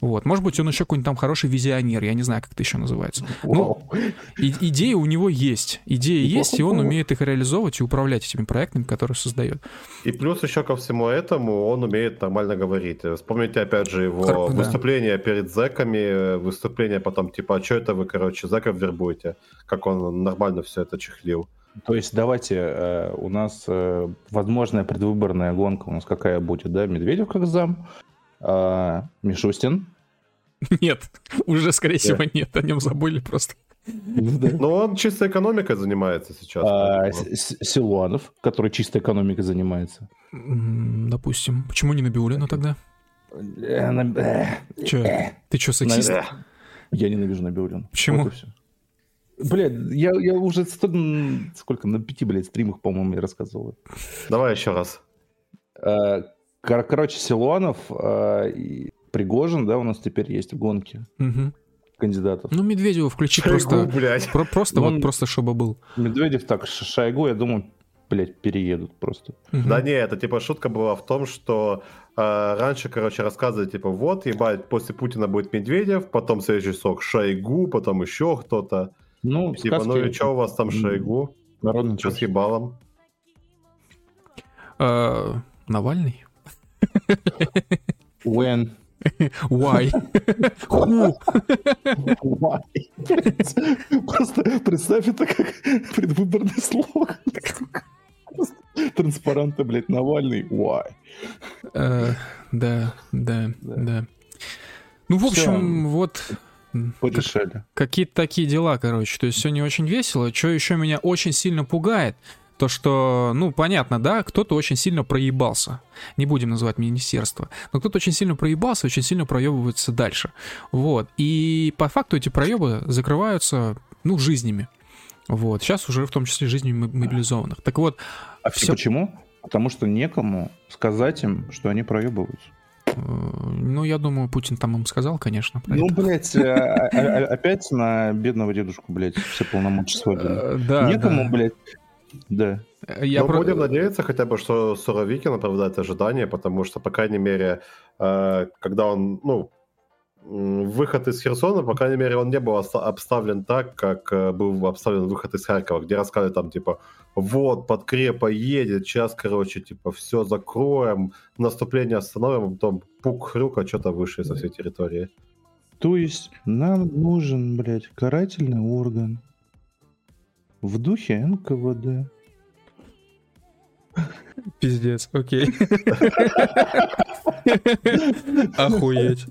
Вот. Может быть, он еще какой-нибудь там хороший визионер, я не знаю, как это еще называется. Ну, идеи у него есть. Идеи есть, и он умеет их реализовывать и управлять этими проектами, которые создает. И плюс еще ко всему этому он умеет нормально говорить. Вспомните, опять же, его выступления перед зэками, выступления потом, типа, а что это вы, короче, зэков вербуете? Как он нормально все это чехлил. То есть давайте, у нас возможная предвыборная гонка у нас какая будет, да? Медведев как зам, Мишустин. Нет, уже, скорее всего, нет. О нем забыли просто. Ну, он чисто экономикой занимается сейчас. Силуанов, который чисто экономикой занимается. Допустим. Почему не Набиуллина тогда? Че? Ты что, сексист? Я ненавижу Набиуллину. Почему? Вот блядь, я уже сколько, на 5, блядь, стримах, по-моему, я рассказывал. Давай еще раз. Короче, Силуанов и Пригожин, да, у нас теперь есть в гонке кандидатов. Ну, Медведева включи Шойгу, просто, блядь. просто вот просто чтобы был. Медведев так, Шойгу, я думаю, блядь, переедут просто. Да не, это типа шутка была в том, что раньше, короче, рассказывали, типа, вот, ебать, после Путина будет Медведев, потом следующий сок Шойгу, потом еще кто-то. Ну, типа, сказки... ну и что у вас там Шойгу? Народный Что с ебалом? Навальный? When? Why? Who? Why? Просто представь это как предвыборный слоган. Транспаранты, блядь, Навальный. Why? Да. Ну, в общем, вот... Порешали. Какие-то такие дела, короче. То есть все не очень весело. Что еще меня очень сильно пугает, то что, ну, понятно, да, кто-то очень сильно проебался. Не будем называть министерство. Но кто-то очень сильно проебался, очень сильно проебывается дальше. Вот. И по факту эти проебы закрываются, ну, жизнями. Вот. Сейчас уже в том числе жизнями мобилизованных. Так вот... А все почему? Потому что некому сказать им, что они проебываются. Ну, я думаю, Путин там им сказал, конечно. Ну, блядь, опять на бедного дедушку, блядь, все полномочия сводили. Да, некому, блядь, да. Будем надеяться хотя бы, что Суровикин оправдает ожидания, потому что, по крайней мере, когда он, ну, выход из Херсона, по крайней мере, он не был обставлен так, как был обставлен выход из Харькова, где рассказывали там, типа, вот, подкрепа едет, сейчас, короче, типа, все закроем, наступление остановим, потом пук-хрюк, что-то выше со всей территории. То есть нам нужен, блядь, карательный орган в духе НКВД. Пиздец, окей. Охуеть.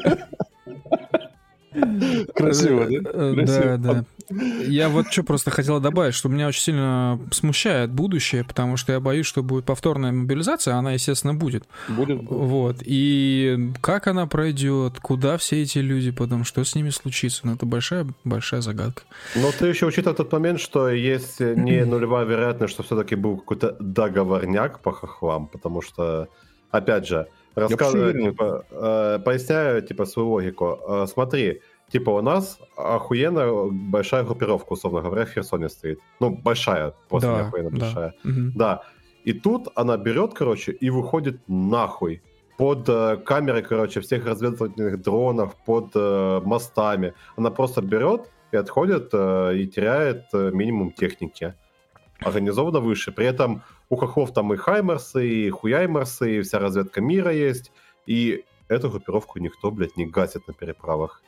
Красиво, да? Красиво. Да. Я вот что просто хотел добавить, что меня очень сильно смущает будущее, потому что я боюсь, что будет повторная мобилизация, она, естественно, будет. Будет. Вот. И как она пройдет, куда все эти люди, потом что с ними случится, ну, это большая загадка. Но ты еще учитывая тот момент, что есть не нулевая вероятность, что все-таки был какой-то договорняк по хохлам, потому что, опять же, рассказываю, типа, поясняю, типа, свою логику. Смотри, типа, у нас охуенно большая группировка, условно говоря, в Херсоне стоит. Ну, большая, просто не охуенно большая. Да. И тут она берет, короче, и выходит нахуй. Под камерой, короче, всех разведывательных дронов, под мостами. Она просто берет и отходит и теряет минимум техники. Организовано выше. При этом у хохлов там и хаймерсы, и хуяймерсы, и вся разведка мира есть. И эту группировку никто, блядь, не гасит на переправах.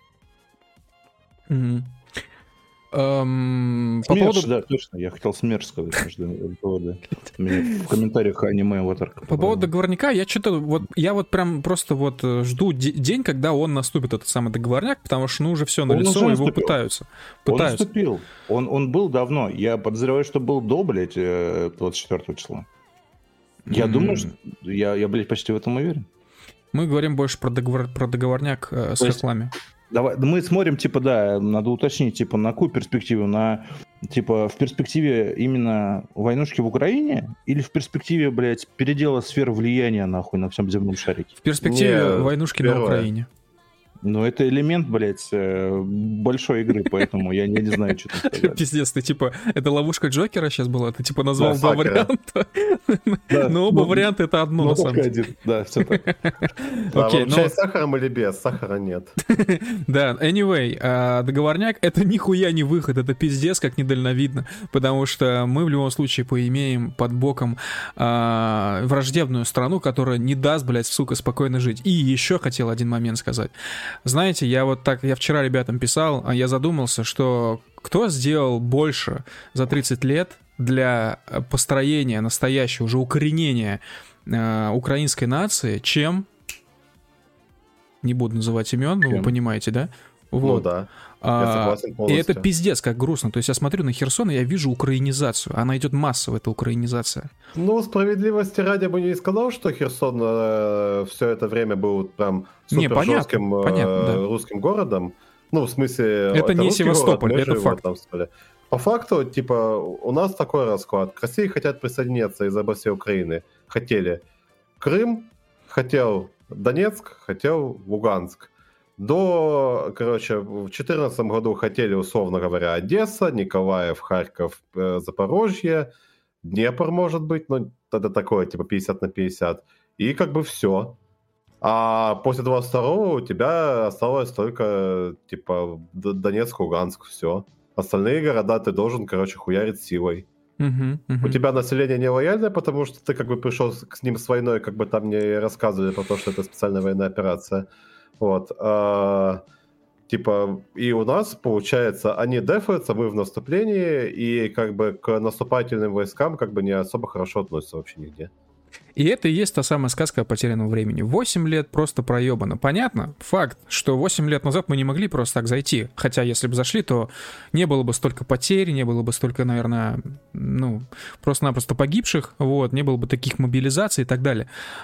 СМЕРШ, поводу... да, точно, я хотел СМЕРШ сказать между НКВД. Мне в комментариях аниме-аватарка. По поводу договорняка, я вот прям просто вот жду день, когда он наступит, этот самый договорняк, потому что, ну, уже все налицо, его пытаются. Он наступил, он был давно, я подозреваю, что был до, блядь, 24 числа. Я думаю, что я, блядь, почти в этом уверен. Мы говорим больше про договорняк с хохлами. Давай, мы смотрим, типа, да, надо уточнить, типа, на какую перспективу? На, типа, в перспективе именно войнушки в Украине или в перспективе, блядь, передела сфер влияния, нахуй, на всем земном шарике? В перспективе войнушки на Украине. Ну, это элемент, блядь, большой игры, поэтому я не знаю, что там сказать. Пиздец, ты типа, это ловушка Джокера сейчас была? Ты типа назвал два Сакера. варианта? Но оба варианта это одно, на самом деле. Да, все так. Окей, ну, Чай с сахаром или без? Сахара нет. да, anyway, договорняк — это нихуя не выход, это пиздец, как недальновидно, потому что мы в любом случае поимеем под боком враждебную страну, которая не даст, блядь, сука, спокойно жить. И еще хотел один момент сказать. Знаете, я вчера ребятам писал, я задумался, что кто сделал больше за 30 лет для построения настоящего, уже укоренения украинской нации, чем... Не буду называть имен, но вы понимаете, да? Вот. Ну да. Я согласен И полностью. это пиздец, как грустно. То есть я смотрю на Херсон, и я вижу украинизацию. Она идет массово, эта украинизация. Ну, справедливости ради бы не сказал, что Херсон все это время был прям Не, супер понятно, жестким понятно, да. русским городом. Ну, в смысле... Это не русский Севастополь, город, мы это же его факт. там стали. По факту, типа, у нас такой расклад. К России хотят присоединиться из области Украины. Хотели Крым, хотел Донецк, хотел Луганск. В 2014 году хотели, условно говоря, Одесса, Николаев, Харьков, Запорожье, Днепр, может быть, но это такое, типа 50 на 50. И как бы все. А после 22-го у тебя осталось только, типа, Донецк, Луганск, все. Остальные города ты должен, хуярить силой. У тебя население нелояльное, потому что ты как бы пришел к ним с войной, как бы там не рассказывали про то, что это специальная военная операция. Вот. Типа, и у нас, получается, они дефаются, мы в наступлении, и как бы к наступательным войскам как бы не особо хорошо относятся вообще нигде. И это и есть та самая сказка о потерянном времени. 8 лет просто проебано. Понятно? Факт, что 8 лет назад мы не могли просто так зайти. Хотя, если бы зашли, то не было бы столько потерь, не было бы столько, наверное, просто-напросто погибших, вот, не было бы таких мобилизаций и так далее.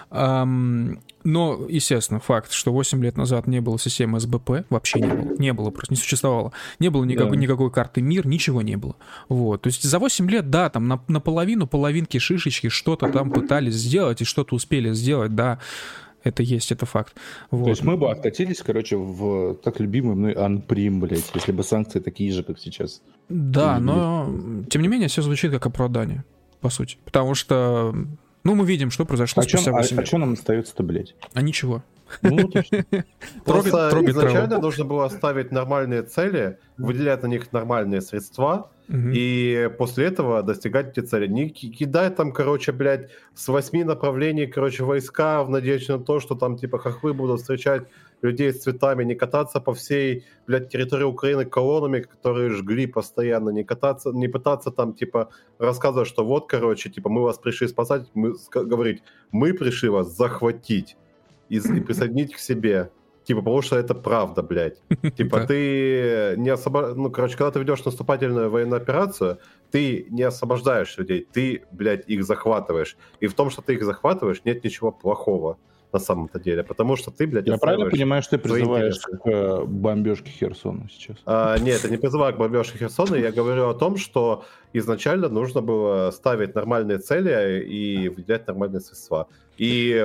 Но, естественно, факт, что 8 лет назад не было системы СБП, вообще не было. Не было, просто не существовало. Не было никакой карты МИР, ничего не было. Вот. То есть за 8 лет, да, там наполовину, половинки, шишечки что-то там пытались сделать и что-то успели сделать, да, это есть, это факт. Вот. То есть мы бы откатились, в так любимый мной анприм, блядь, если бы санкции такие же, как сейчас. Да, но тем не менее все звучит как оправдание, по сути. Потому что, мы видим, что произошло спустя 8 лет. А что нам остается-то, блядь? А ничего. Ну, точно. Просто трогать изначально траву. нужно было ставить нормальные цели, выделять на них нормальные средства, и после этого достигать эти цели. Не кидай там, блядь, с 8 направлений, войска в надежде на то, что там, типа, хохлы будут встречать людей с цветами, не кататься по всей, блядь, территории Украины колоннами, которые жгли постоянно, не пытаться там, типа, рассказывать, что вот, типа, мы вас пришли спасать, говорить, мы пришли вас захватить и присоединить к себе. Типа, потому что это правда, блядь. Типа, ты не когда ты ведешь наступательную военную операцию, ты не освобождаешь людей, ты, блядь, их захватываешь. И в том, что ты их захватываешь, нет ничего плохого на самом-то деле, потому что ты, блядь, Я правильно понимаю, что ты свои призываешь интересы. к бомбежке Херсона сейчас? Нет, я не призываю к бомбежке Херсона, я говорю о том, что изначально нужно было ставить нормальные цели и выделять нормальные средства. И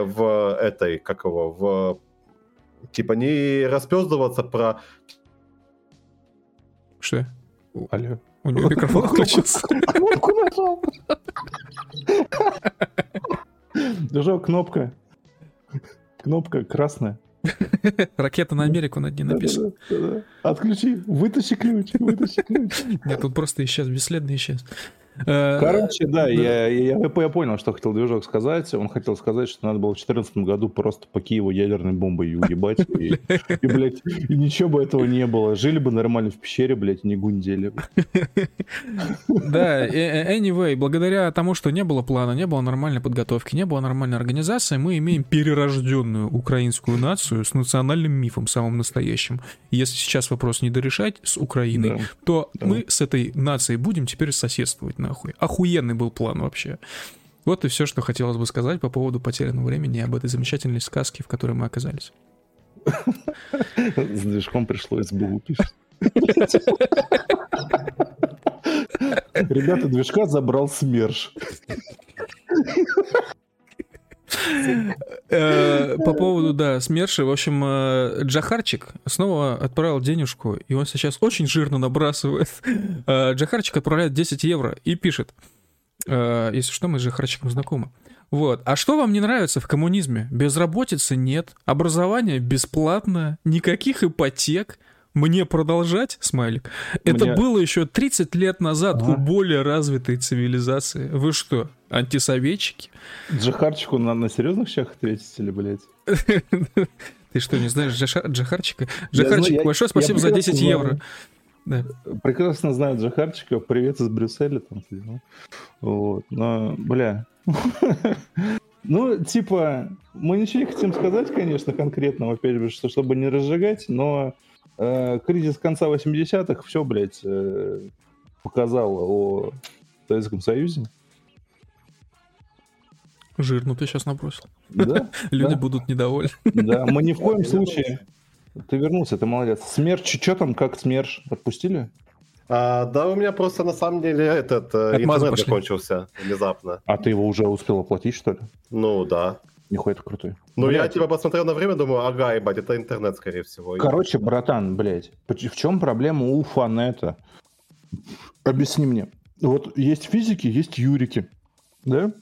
типа не распёздываться про... Что? Алло. У него микрофон включился. Кнопку нажал. Нажал кнопка. Кнопка красная. Ракета на Америку над ней написано. Да. Отключи, вытащи ключ. Нет, тут просто исчез, бесследно исчез. Короче, да, я понял, что хотел Движок сказать. Он хотел сказать, что надо было в 2014 году просто по Киеву ядерной бомбой уебать. И, блядь, и ничего бы этого не было. Жили бы нормально в пещере, блядь, не гундели. Да, anyway, благодаря тому, что не было плана, не было нормальной подготовки, не было нормальной организации, мы имеем перерожденную украинскую нацию с национальным мифом, самым настоящим. Если сейчас вопрос не дорешать с Украиной, то мы с этой нацией будем теперь соседствовать, нахуй. Охуенный был план вообще. Вот и все, что хотелось бы сказать по поводу потерянного времени и об этой замечательной сказке, в которой мы оказались. С Движком пришло СБУ пишет. Ребята, Движка забрал СМЕРШ. По поводу, да, СМЕРШа, в общем, Джахарчик снова отправил денежку, и он сейчас очень жирно набрасывает. Джахарчик отправляет 10 евро и пишет, если что, мы с Джахарчиком знакомы. Вот. А что вам не нравится в коммунизме? Безработицы нет, образование бесплатное, никаких ипотек. Мне продолжать, смайлик? Это было еще 30 лет назад у более развитой цивилизации. Вы что, антисоветчики? Джахарчику на серьезных щах ответить или, блядь? Ты что, не знаешь Джахарчика? Джахарчик, большое спасибо за 10 евро. Да. Прекрасно знаю Джахарчика. Привет из Брюсселя. Там, вот. Но, бля... Ну, типа, мы ничего не хотим сказать, конечно, конкретного, опять же, чтобы не разжигать, но кризис конца 80-х все, блядь, показал о Советском Союзе. Жирно ты сейчас набросил. Да? Люди будут недовольны. Да, мы ни в коем случае... Ты вернулся, ты молодец. СМЕРШ, что там, как СМЕРШ? Отпустили? Да, у меня просто на самом деле интернет закончился внезапно. А ты его уже успел оплатить, что ли? Ну, да. Нихуя ты крутой. Ну, я типа посмотрел на время, думаю, ага, ебать, это интернет, скорее всего. Короче, братан, блядь, в чем проблема у Фанета? Объясни мне. Вот есть физики, есть юрики, да?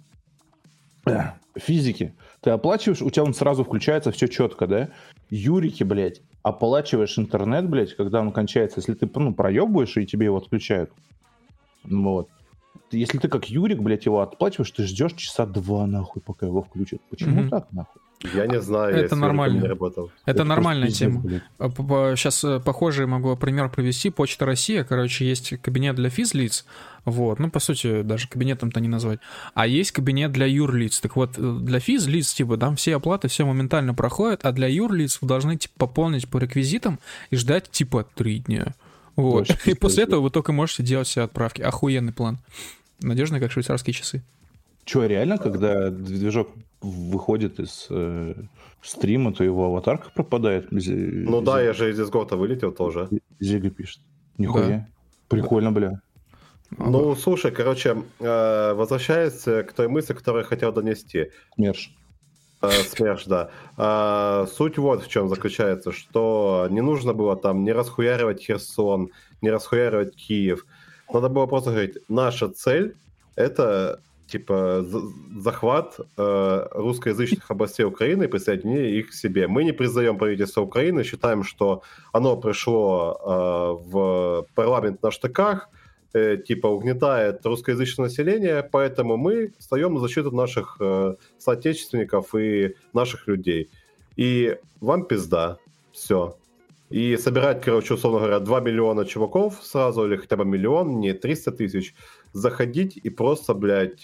Физики. Ты оплачиваешь, у тебя он сразу включается, все четко, да? Юрики, блядь, оплачиваешь интернет, блядь, когда он кончается, если ты, проебываешь, и тебе его отключают. Вот. Если ты как Юрик, блядь, его отплачиваешь, ты ждешь часа 2, нахуй, пока его включат. Почему так, нахуй? Я не знаю, это нормально. Не работал. Это нормальная тема. Сейчас похожий могу пример привести. Почта Россия, короче, есть кабинет для физлиц, вот, ну, по сути, даже кабинетом-то не назвать. А есть кабинет для юрлиц. Так вот, для физлиц, типа, там все оплаты, все моментально проходят, а для юрлиц вы должны, типа, пополнить по реквизитам и ждать, типа, 3 дня. Вот. И после этого вы только можете делать все отправки. Охуенный план. Надежный, как швейцарские часы. Че, реально, когда движок выходит из стрима, то его аватарка пропадает? Ну да, я же из Discord вылетел тоже. Зига пишет. Нихуя. Да. Прикольно, бля. Ну, слушай, короче, возвращаясь к той мысли, которую я хотел донести. СМЕРШ. СМЕРШ, да. Суть вот в чем заключается, что не нужно было там не расхуяривать Херсон, не расхуяривать Киев. Надо было просто говорить, наша цель — это, типа, захват русскоязычных областей Украины и присоединение их к себе. Мы не признаем правительство Украины, считаем, что оно пришло в парламент на штыках, типа, угнетает русскоязычное население, поэтому мы встаем на защиту наших соотечественников и наших людей. И вам пизда. Все. И собирать, короче, условно говоря, 2 миллиона чуваков сразу, или хотя бы миллион, не 300 тысяч, заходить и просто, блядь,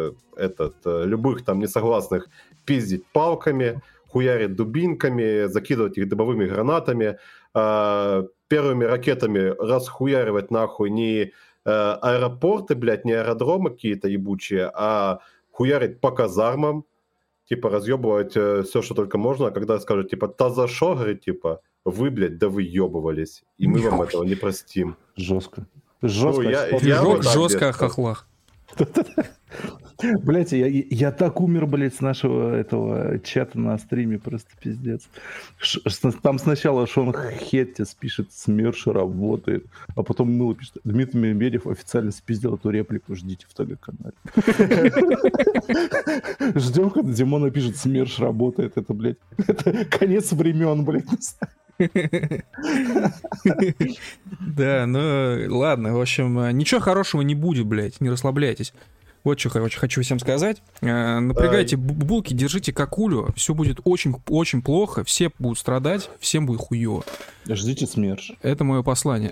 любых там несогласных пиздить палками, хуярить дубинками, закидывать их дымовыми гранатами, первыми ракетами расхуяривать нахуй не аэропорты, блядь, не аэродромы какие-то ебучие, а хуярить по казармам, типа, разъебывать все, что только можно, а когда скажут, типа, та за шо, говорит, типа, вы, блядь, да вы ебывались, и мы вам этого не простим. Жестко. Жестко о хохлах. Блять, я так умер, блядь, с нашего этого чата на стриме, просто пиздец. Там сначала Шон Хеттис пишет, СМЕРШ работает, а потом Мыло пишет, Дмитрий Медведев официально спиздил эту реплику, ждите в ТГ-канале. Ждем, когда Димон напишет, СМЕРШ работает, это, блядь, это конец времен, блядь. Да, ну ладно, в общем, ничего хорошего не будет, блядь, не расслабляйтесь. Вот что, короче, хочу всем сказать. Напрягайте булки, держите какулю, все будет очень плохо, все будут страдать, всем будет хуёво. Ждите СМЕРШ. Это мое послание.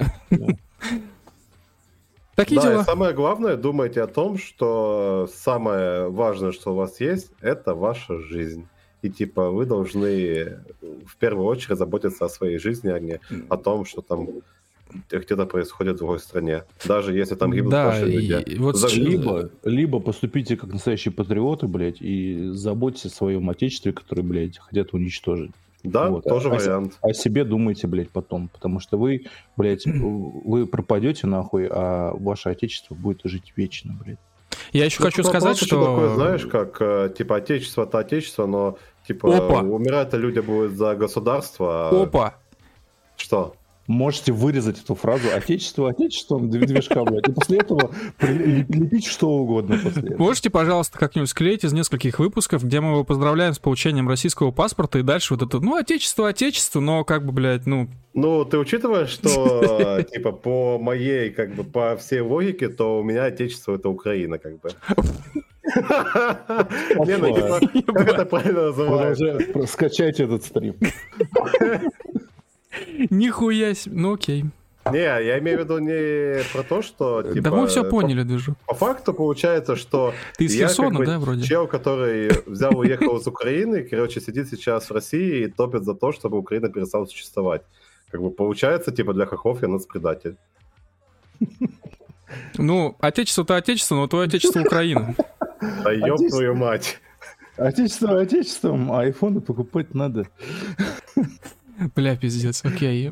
Такие дела. И самое главное, думайте о том, что самое важное, что у вас есть, это ваша жизнь. И типа вы должны в первую очередь заботиться о своей жизни, а не о том, что там где-то происходит в другой стране. Даже если там гибнут ваши люди. Вот либо поступите как настоящие патриоты, блядь, и заботьтесь о своем отечестве, которое, блядь, хотят уничтожить. Да, вот. Тоже вариант. О себе думайте, блядь, потом. Потому что вы, блядь, вы пропадете нахуй, а ваше отечество будет жить вечно, блядь. Я еще хочу сказать, что... Такое, знаешь, как, типа, отечество-то отечество, но Типа, умирать-то люди будут за государство. Опа! Что? Можете вырезать эту фразу «Отечество, отечеством», движка, блядь, и после этого лепить что угодно после этого. Можете, пожалуйста, как-нибудь склеить из нескольких выпусков, где мы его поздравляем с получением российского паспорта, и дальше вот это, отечество, но как бы, блядь, Ну, ты учитываешь, что, типа, по моей, как бы, по всей логике, то у меня отечество — это Украина, как бы. Не, ну, типа, как это правильно называется? Скачайте этот стрим. Нихуя себе, окей. Не, я имею в виду не про то, что... Типа, да мы все поняли, движу. По факту получается, что... Ты из Херсона, да, вроде? Чел, который взял и уехал из Украины, короче, сидит сейчас в России и топит за то, чтобы Украина перестала существовать. Как бы получается, типа, для хохлов я нацпредатель. Ну, отечество-то отечество, но твое отечество Украина. Да ёб твою мать. Отечество отечеством, а айфоны покупать надо. Бля, пиздец, окей.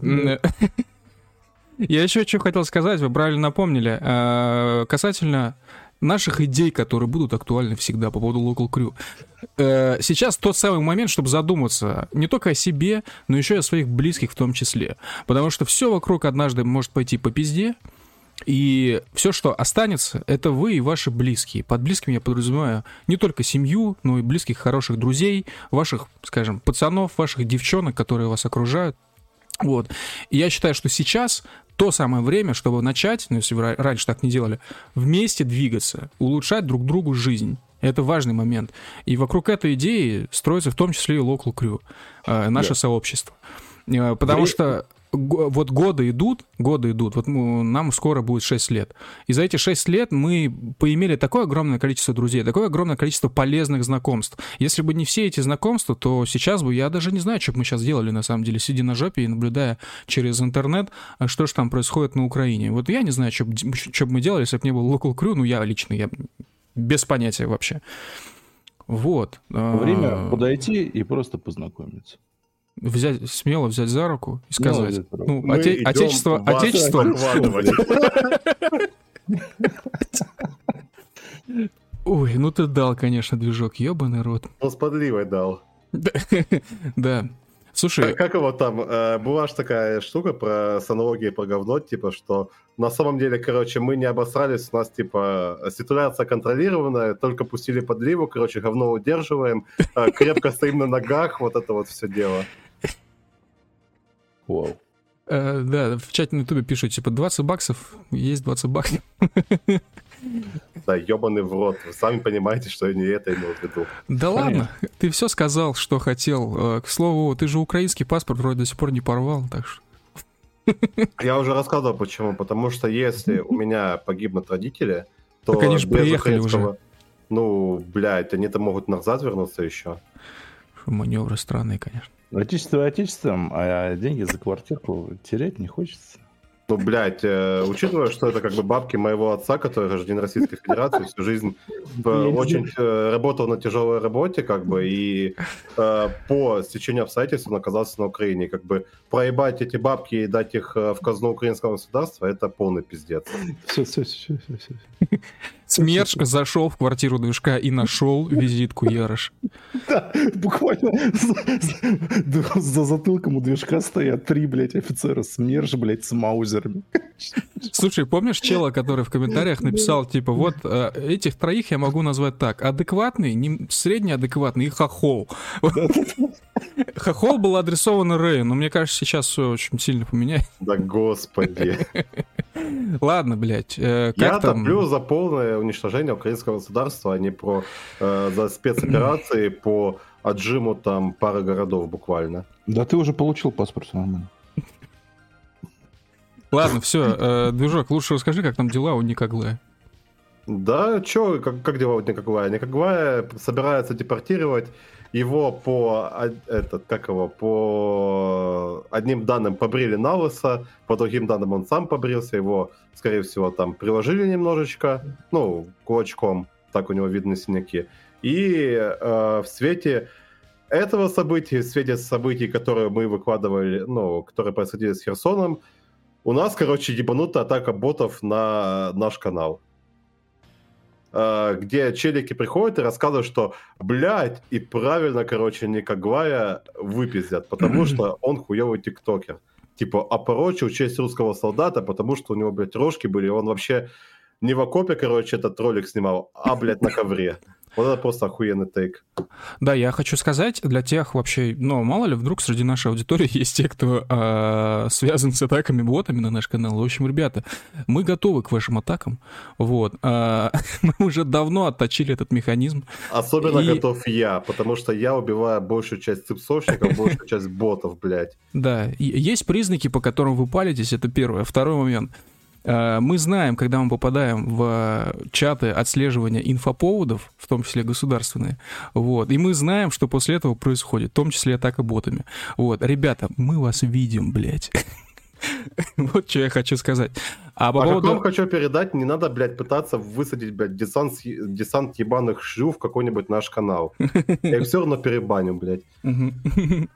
Я еще что хотел сказать, вы правильно напомнили. Касательно наших идей, которые будут актуальны всегда по поводу Local Crew. Сейчас тот самый момент, чтобы задуматься не только о себе, но еще и о своих близких в том числе. Потому что все вокруг однажды может пойти по пизде, и все, что останется, это вы и ваши близкие. Под близкими я подразумеваю не только семью, но и близких, хороших друзей, ваших, скажем, пацанов, ваших девчонок, которые вас окружают. Вот. И я считаю, что сейчас то самое время, чтобы начать, если вы раньше так не делали, вместе двигаться, улучшать друг другу жизнь. Это важный момент. И вокруг этой идеи строится в том числе и Local Crew, наше сообщество. Потому что вот годы идут, вот нам скоро будет 6 лет. И за эти 6 лет мы поимели такое огромное количество друзей, такое огромное количество полезных знакомств. Если бы не все эти знакомства, то сейчас бы, я даже не знаю, что бы мы сейчас делали, на самом деле, сидя на жопе и наблюдая через интернет, что же там происходит на Украине. Вот я не знаю, что бы мы делали, если бы не было Local Crew, ну я лично, я без понятия вообще. Вот. Время подойти и просто познакомиться. Смело взять за руку и сказать, отечество. Ой, ну ты дал, конечно, движок, ебаный рот. Он с подливой дал. Да. Слушай... Как его там, была же такая штука про с аналогией про говно, типа, что на самом деле, короче, мы не обосрались, у нас, типа, ситуация контролированная, только пустили подливу, короче, говно удерживаем, крепко стоим на ногах, вот это вот все дело. Вау. Да, в чате на ютубе пишут, типа, 20 баксов, есть 20 баксов. Да, ебаный в рот. Вы сами понимаете, что я не это имел в виду. Да ладно, ты все сказал, что хотел. К слову, ты же украинский паспорт вроде до сих пор не порвал, так что... Я уже рассказывал, почему. Потому что если у меня погибнут родители, то... Так они же приехали уже. Ну, блядь, они-то могут назад вернуться еще. Маневры странные, конечно. Отечество отечеством, а деньги за квартирку терять не хочется. Ну, блядь, учитывая, что это как бы бабки моего отца, который гражданин Российской Федерации, всю жизнь очень работал на тяжелой работе, как бы, и по стечению обстоятельств он оказался на Украине. Как бы проебать эти бабки и дать их в казну украинского государства — это полный пиздец. Все. Смерш зашел в квартиру движка и нашел визитку Ярош. Да, буквально за затылком у движка стоят 3, блядь, офицера Смерш, блядь, с маузерами. Слушай, помнишь чела, который в комментариях написал, типа, вот этих троих я могу назвать так: адекватный, среднеадекватный и хохол. Хохол был адресован Рэю, но мне кажется, сейчас все очень сильно поменяется. Да господи. Ладно, блядь. Я топлю за полное уничтожение украинского государства, а не за спецоперации по отжиму там пары городов буквально. Да ты уже получил паспорт, все нормально. Ладно, все, движок, лучше расскажи, как там дела у Никоглая. Да, чё, как дела у Никоглая? Никоглая собирается депортировать. Его по одним данным побрили на лысо, по другим данным он сам побрился, его, скорее всего, там приложили немножечко, ну, кулачком, так у него видны синяки. И в свете этого события, в свете событий, которые мы выкладывали, ну, которые происходили с Херсоном, у нас, короче, ебанутая атака ботов на наш канал. где челики приходят и рассказывают, что, блядь, и правильно, короче, Никоглая выпиздят, потому что он хуёвый тиктокер. Типа, опорочил честь русского солдата, потому что у него, блядь, рожки были, и он вообще не в окопе, короче, этот ролик снимал, а, блядь, на ковре. Вот это просто охуенный тейк. Да, я хочу сказать, для тех вообще, ну, мало ли, вдруг среди нашей аудитории есть те, кто связан с атаками ботами на наш канал. В общем, ребята, мы готовы к вашим атакам. Вот. Мы уже давно отточили этот механизм. Особенно готов я, потому что я убиваю большую часть цепсовщиков, большую часть ботов, блядь. Да, есть признаки, по которым вы палитесь, это первое. Второй момент. Мы знаем, когда мы попадаем в чаты отслеживания инфоповодов, в том числе государственные, вот, и мы знаем, что после этого происходит, в том числе атака ботами. Вот, ребята, мы вас видим, блядь. Вот что я хочу сказать. А как вам хочу передать, не надо, блядь, пытаться высадить, блядь, десант ебаных шлю в какой-нибудь наш канал. Я их все равно перебаню, блядь. И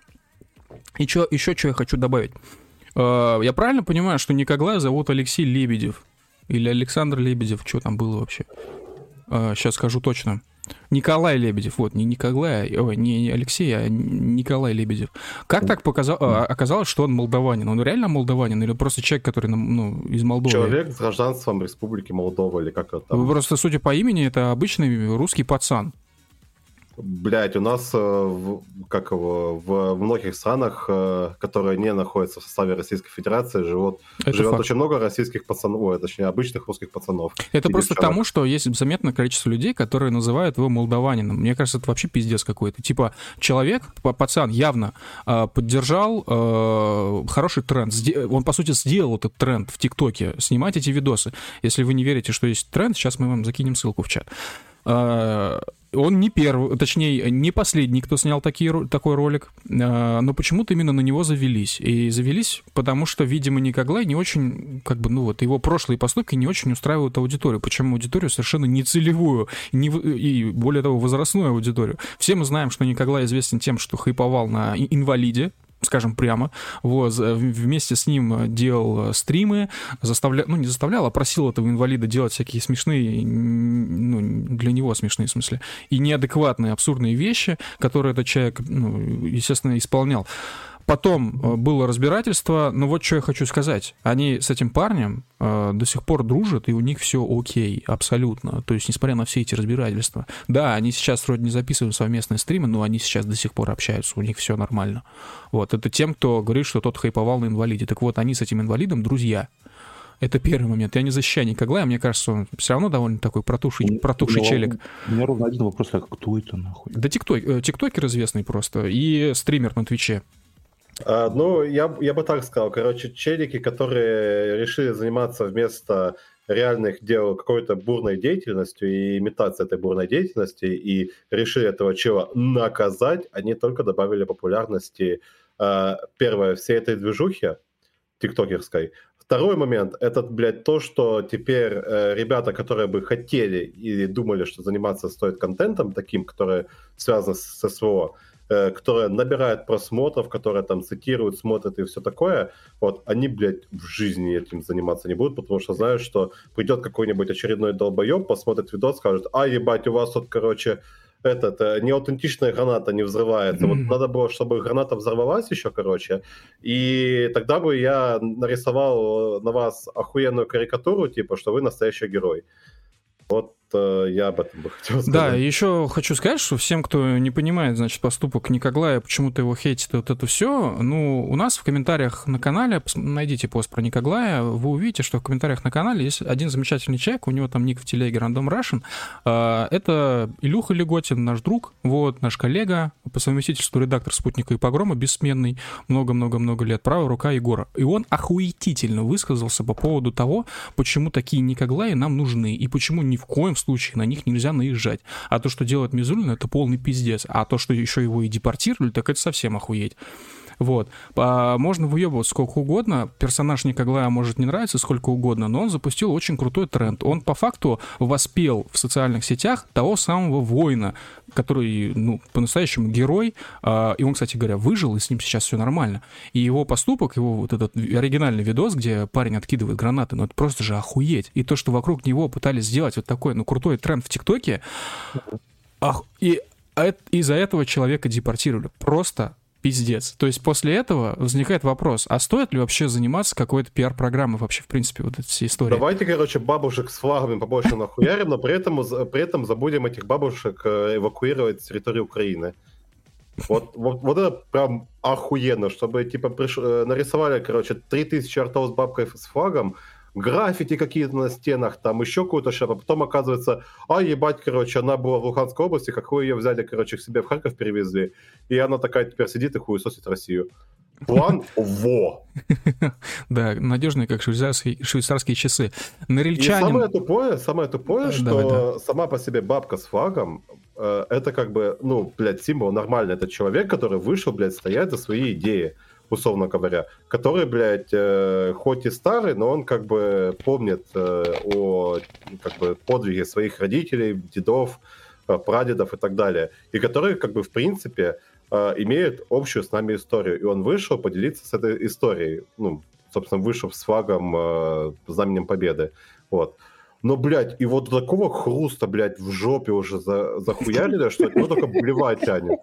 еще что я хочу добавить. Я правильно понимаю, что Никоглая зовут Алексей Лебедев? Или Александр Лебедев? Что там было вообще? Сейчас скажу точно. Николай Лебедев. Вот, не Никоглай, не Алексей, а Николай Лебедев. Как так оказалось, что он молдаванин? Он реально молдаванин или просто человек, который из Молдовы? Человек с гражданством Республики Молдова или как это там? Просто, судя по имени, это обычный русский пацан. Блять, у нас в многих странах, которые не находятся в составе Российской Федерации, живет очень много российских пацанов, точнее, обычных русских пацанов. Это просто к тому, что есть заметное количество людей, которые называют его молдаванином. Мне кажется, это вообще пиздец какой-то. Типа, человек, пацан, явно поддержал хороший тренд. Он, по сути, сделал этот тренд в ТикТоке, снимать эти видосы. Если вы не верите, что есть тренд, сейчас мы вам закинем ссылку в чат. Он не первый, точнее, не последний, кто снял такой ролик, но почему-то именно на него завелись. И завелись, потому что, видимо, Никоглай не очень, его прошлые поступки не очень устраивают аудиторию. Причем аудиторию совершенно нецелевую, и более того, возрастную аудиторию. Все мы знаем, что Никоглай известен тем, что хайповал на инвалиде, скажем прямо, вот, вместе с ним делал стримы, а просил этого инвалида делать всякие смешные, для него смешные, в смысле, и неадекватные, абсурдные вещи, которые этот человек, естественно, исполнял. Потом было разбирательство, но вот что я хочу сказать. Они с этим парнем до сих пор дружат, и у них все окей, абсолютно. То есть, несмотря на все эти разбирательства. Да, они сейчас вроде не записывают совместные стримы, но они сейчас до сих пор общаются, у них все нормально. Вот, это тем, кто говорит, что тот хайповал на инвалиде. Так вот, они с этим инвалидом друзья. Это первый момент. Я не защищаю Никоглая, мне кажется, он все равно довольно такой протухший челик. У меня ровно один вопрос, а кто это нахуй? Да тиктокер известный просто, и стример на Твиче. Я бы так сказал. Короче, челики, которые решили заниматься вместо реальных дел какой-то бурной деятельностью и имитацией этой бурной деятельности, и решили этого чела наказать, они только добавили популярности, первое, всей этой движухи тиктокерской. Второй момент, это, блядь, то, что теперь ребята, которые бы хотели и думали, что заниматься стоит контентом таким, который связан с СВО, которые набирают просмотров, которые там цитируют, смотрят и все такое, вот, они, блядь, в жизни этим заниматься не будут, потому что знают, что придет какой-нибудь очередной долбоеб, посмотрит видос, скажет, ебать, у вас тут, короче, неаутентичная граната не взрывается. Вот надо было, чтобы граната взорвалась еще, короче, и тогда бы я нарисовал на вас охуенную карикатуру, типа, что вы настоящий герой. Вот я об этом бы хотел сказать. Да, еще хочу сказать, что всем, кто не понимает, значит, поступок Никоглая, почему-то его хейтит, вот это все, у нас в комментариях на канале, найдите пост про Никоглая, вы увидите, что в комментариях на канале есть один замечательный человек, у него там ник в телеге Random Russian, это Илюха Леготин, наш друг, вот, наш коллега, по совместительству редактор «Спутника и погрома», бессменный, много-много-много лет, правая рука Егора. И он охуетительно высказался по поводу того, почему такие Никоглаи нам нужны, и почему ни в коем случае на них нельзя наезжать. А то, что делает Мизулин, это полный пиздец. А то, что еще его и депортировали, так это совсем охуеть. Вот. Можно выебывать сколько угодно, персонаж Никоглая может не нравиться сколько угодно, но он запустил очень крутой тренд. Он по факту воспел в социальных сетях того самого воина, который, ну, по-настоящему герой, и он, кстати говоря, выжил, и с ним сейчас все нормально. И его поступок, его вот этот оригинальный видос, где парень откидывает гранаты, ну это просто же охуеть. И то, что вокруг него пытались сделать вот такой, ну, крутой тренд в ТикТоке, и из-за этого человека депортировали. Просто пиздец. То есть после этого возникает вопрос, а стоит ли вообще заниматься какой-то пиар-программой вообще, в принципе, вот этой всей истории? Давайте, короче, бабушек с флагами побольше нахуярим, но при этом забудем этих бабушек эвакуировать с территории Украины. Вот это прям охуенно, чтобы, типа, нарисовали, короче, 3000 артов с бабкой с флагом, граффити какие-то на стенах, там еще какую-то шляпу, потом оказывается, ебать, короче, она была в Луганской области, какую ее взяли, короче, к себе в Харьков перевезли, и она такая теперь сидит и хуесосит Россию. План во! Да, надежные, как швейцарские часы. Норильчанин... И самое тупое, что сама по себе бабка с флагом, это как бы, ну, блядь, символ нормальный. Это человек, который вышел, блядь, стоять за свои идеи, условно говоря. Который, блядь, хоть и старый, но он как бы помнит о как бы подвиге своих родителей, дедов, прадедов и так далее. И который, как бы, в принципе, имеет общую с нами историю. И он вышел поделиться с этой историей. Ну, собственно, вышел с флагом, знаменем Победы. Вот. Но, блядь, и вот такого хруста, блядь, в жопе уже захуярили, что это только блевать тянет.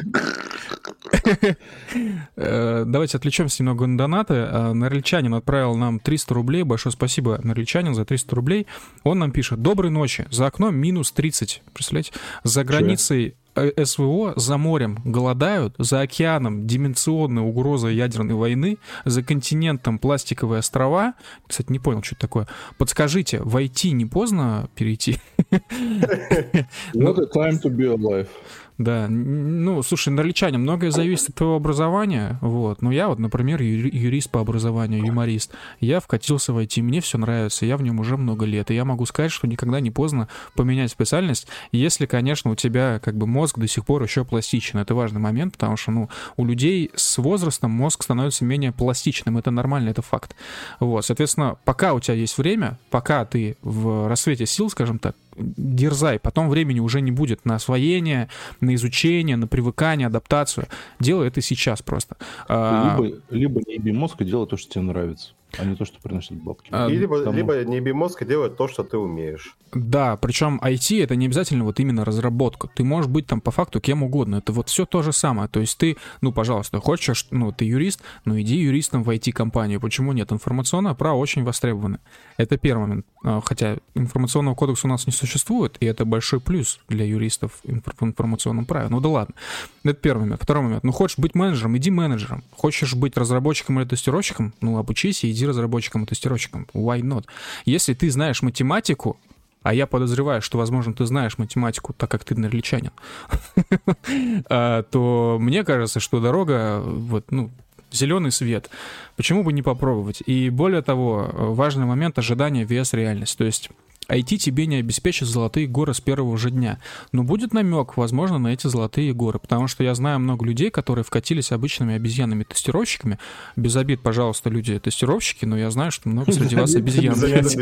Давайте отвлечемся немного на донаты. Норильчанин отправил нам 300 рублей. Большое спасибо, Норильчанин, за 300 рублей. Он нам пишет: доброй ночи. За окном минус 30. Представляете? За границей СВО, за морем голодают, за океаном дименционная угроза ядерной войны, за континентом пластиковые острова. Кстати, не понял, что это такое. Подскажите, в IT не поздно перейти? What a time to be alive. Да, ну, слушай, норильчане, многое зависит от твоего образования, вот, но я вот, например, юрист по образованию, юморист, я вкатился в IT, мне все нравится, я в нем уже много лет, и я могу сказать, что никогда не поздно поменять специальность, если, конечно, у тебя, как бы, мозг до сих пор еще пластичен, это важный момент, потому что, ну, у людей с возрастом мозг становится менее пластичным, это нормально, это факт, вот, соответственно, пока у тебя есть время, пока ты в рассвете сил, скажем так, дерзай, потом времени уже не будет на освоение, на изучение, на привыкание, адаптацию. Делай это сейчас просто. Либо не еби мозг и делай то, что тебе нравится, а не то, что приносит бабки. Либо не еби мозг и делай то, что ты умеешь. Да, причем IT — это не обязательно вот именно разработка. Ты можешь быть там по факту кем угодно. Это вот все то же самое. То есть ты, ну, пожалуйста, хочешь, ну, ты юрист, ну, иди юристом в IT-компанию. Почему нет? Информационное право очень востребовано. Это первый момент. Хотя информационного кодекса у нас не существует, и это большой плюс для юристов в информационном праве. Ну да ладно. Это первый момент. Второй момент. Ну, хочешь быть менеджером, иди менеджером. Хочешь быть разработчиком или тестировщиком, ну, обучись и иди разработчиком и тестировщиком. Why not? Если ты знаешь математику, а я подозреваю, что, возможно, ты знаешь математику, так как ты норильчанин, то мне кажется, что дорога, вот, ну, зеленый свет. Почему бы не попробовать? И более того, важный момент — ожидания vs реальность. То есть IT тебе не обеспечит золотые горы с первого же дня. Но будет намек, возможно, на эти золотые горы. Потому что я знаю много людей, которые вкатились обычными обезьянами-тестировщиками. Без обид, пожалуйста, люди-тестировщики, но я знаю, что много среди вас обезьян.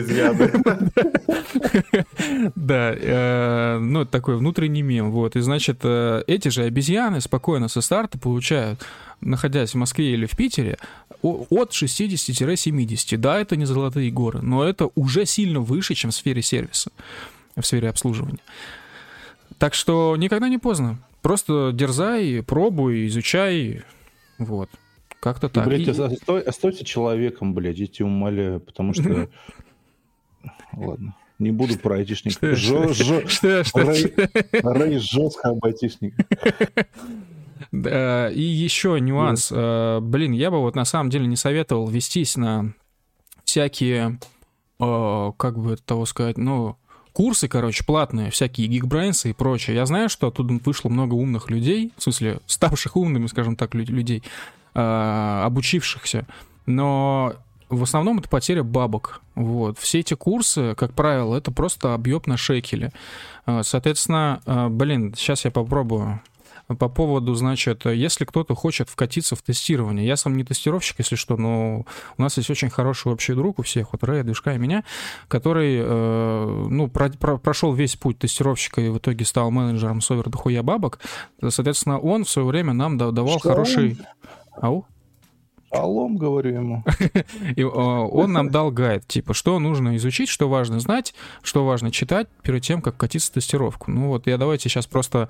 Да, ну, это такой внутренний мем. Вот. И, значит, эти же обезьяны спокойно со старта получают, находясь в Москве или в Питере, от 60-70. Да, это не золотые горы, но это уже сильно выше, чем в сфере сервиса, в сфере обслуживания. Так что никогда не поздно. Просто дерзай, пробуй, изучай. Вот. Как-то так. Блядь, оставьте человеком, блядь, я тебя умоляю, потому что... Ладно. Не буду про айтишника. Рэй жестко об айтишниках. И еще нюанс. Блин, я бы вот на самом деле не советовал вестись на всякие, как бы того сказать, ну, курсы, короче, платные, всякие Geekbrains и прочее. Я знаю, что оттуда вышло много умных людей, в смысле, ставших умными, скажем так, людей, обучившихся, но в основном это потеря бабок. Вот. Все эти курсы, как правило, это просто объеб на шекели. Соответственно, блин, сейчас я попробую по поводу, значит, если кто-то хочет вкатиться в тестирование. Я сам не тестировщик, если что, но у нас есть очень хороший общий друг у всех, вот Рэя, Движка и меня, который, прошел весь путь тестировщика и в итоге стал менеджером с овер дохуя бабок. Соответственно, он в свое время нам давал хороший... Ау? Шалом, говорю ему. И он нам дал гайд, типа, что нужно изучить, что важно знать, что важно читать перед тем, как катиться в тестировку. Ну вот, давайте сейчас просто...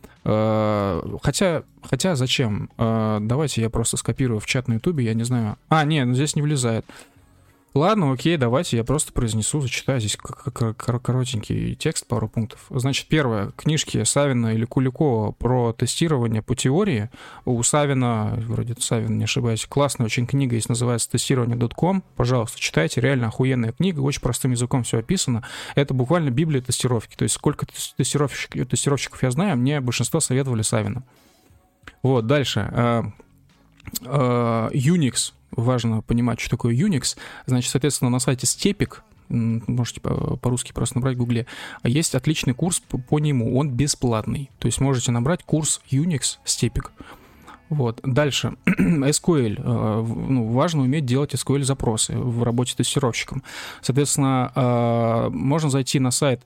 Хотя зачем? Давайте я просто скопирую в чат на ютубе, я не знаю. Здесь не влезает. Ладно, окей, давайте я просто произнесу, зачитаю здесь коротенький текст, пару пунктов. Значит, первое. Книжки Савина или Куликова про тестирование по теории. У Савина, вроде Савин, не ошибаюсь, классная очень книга есть, называется «Тестирование.com». Пожалуйста, читайте, реально охуенная книга, очень простым языком все описано. Это буквально библия тестировки. То есть сколько тестировщиков я знаю, мне большинство советовали Савина. Вот, дальше. Unix. Важно понимать, что такое Unix. Значит, соответственно, на сайте Stepik, можете по-русски просто набрать в Гугле, есть отличный курс по нему, он бесплатный. То есть можете набрать курс Unix Stepik. Вот. Дальше. SQL. Важно уметь делать SQL-запросы в работе с тестировщиком. Соответственно, можно зайти на сайт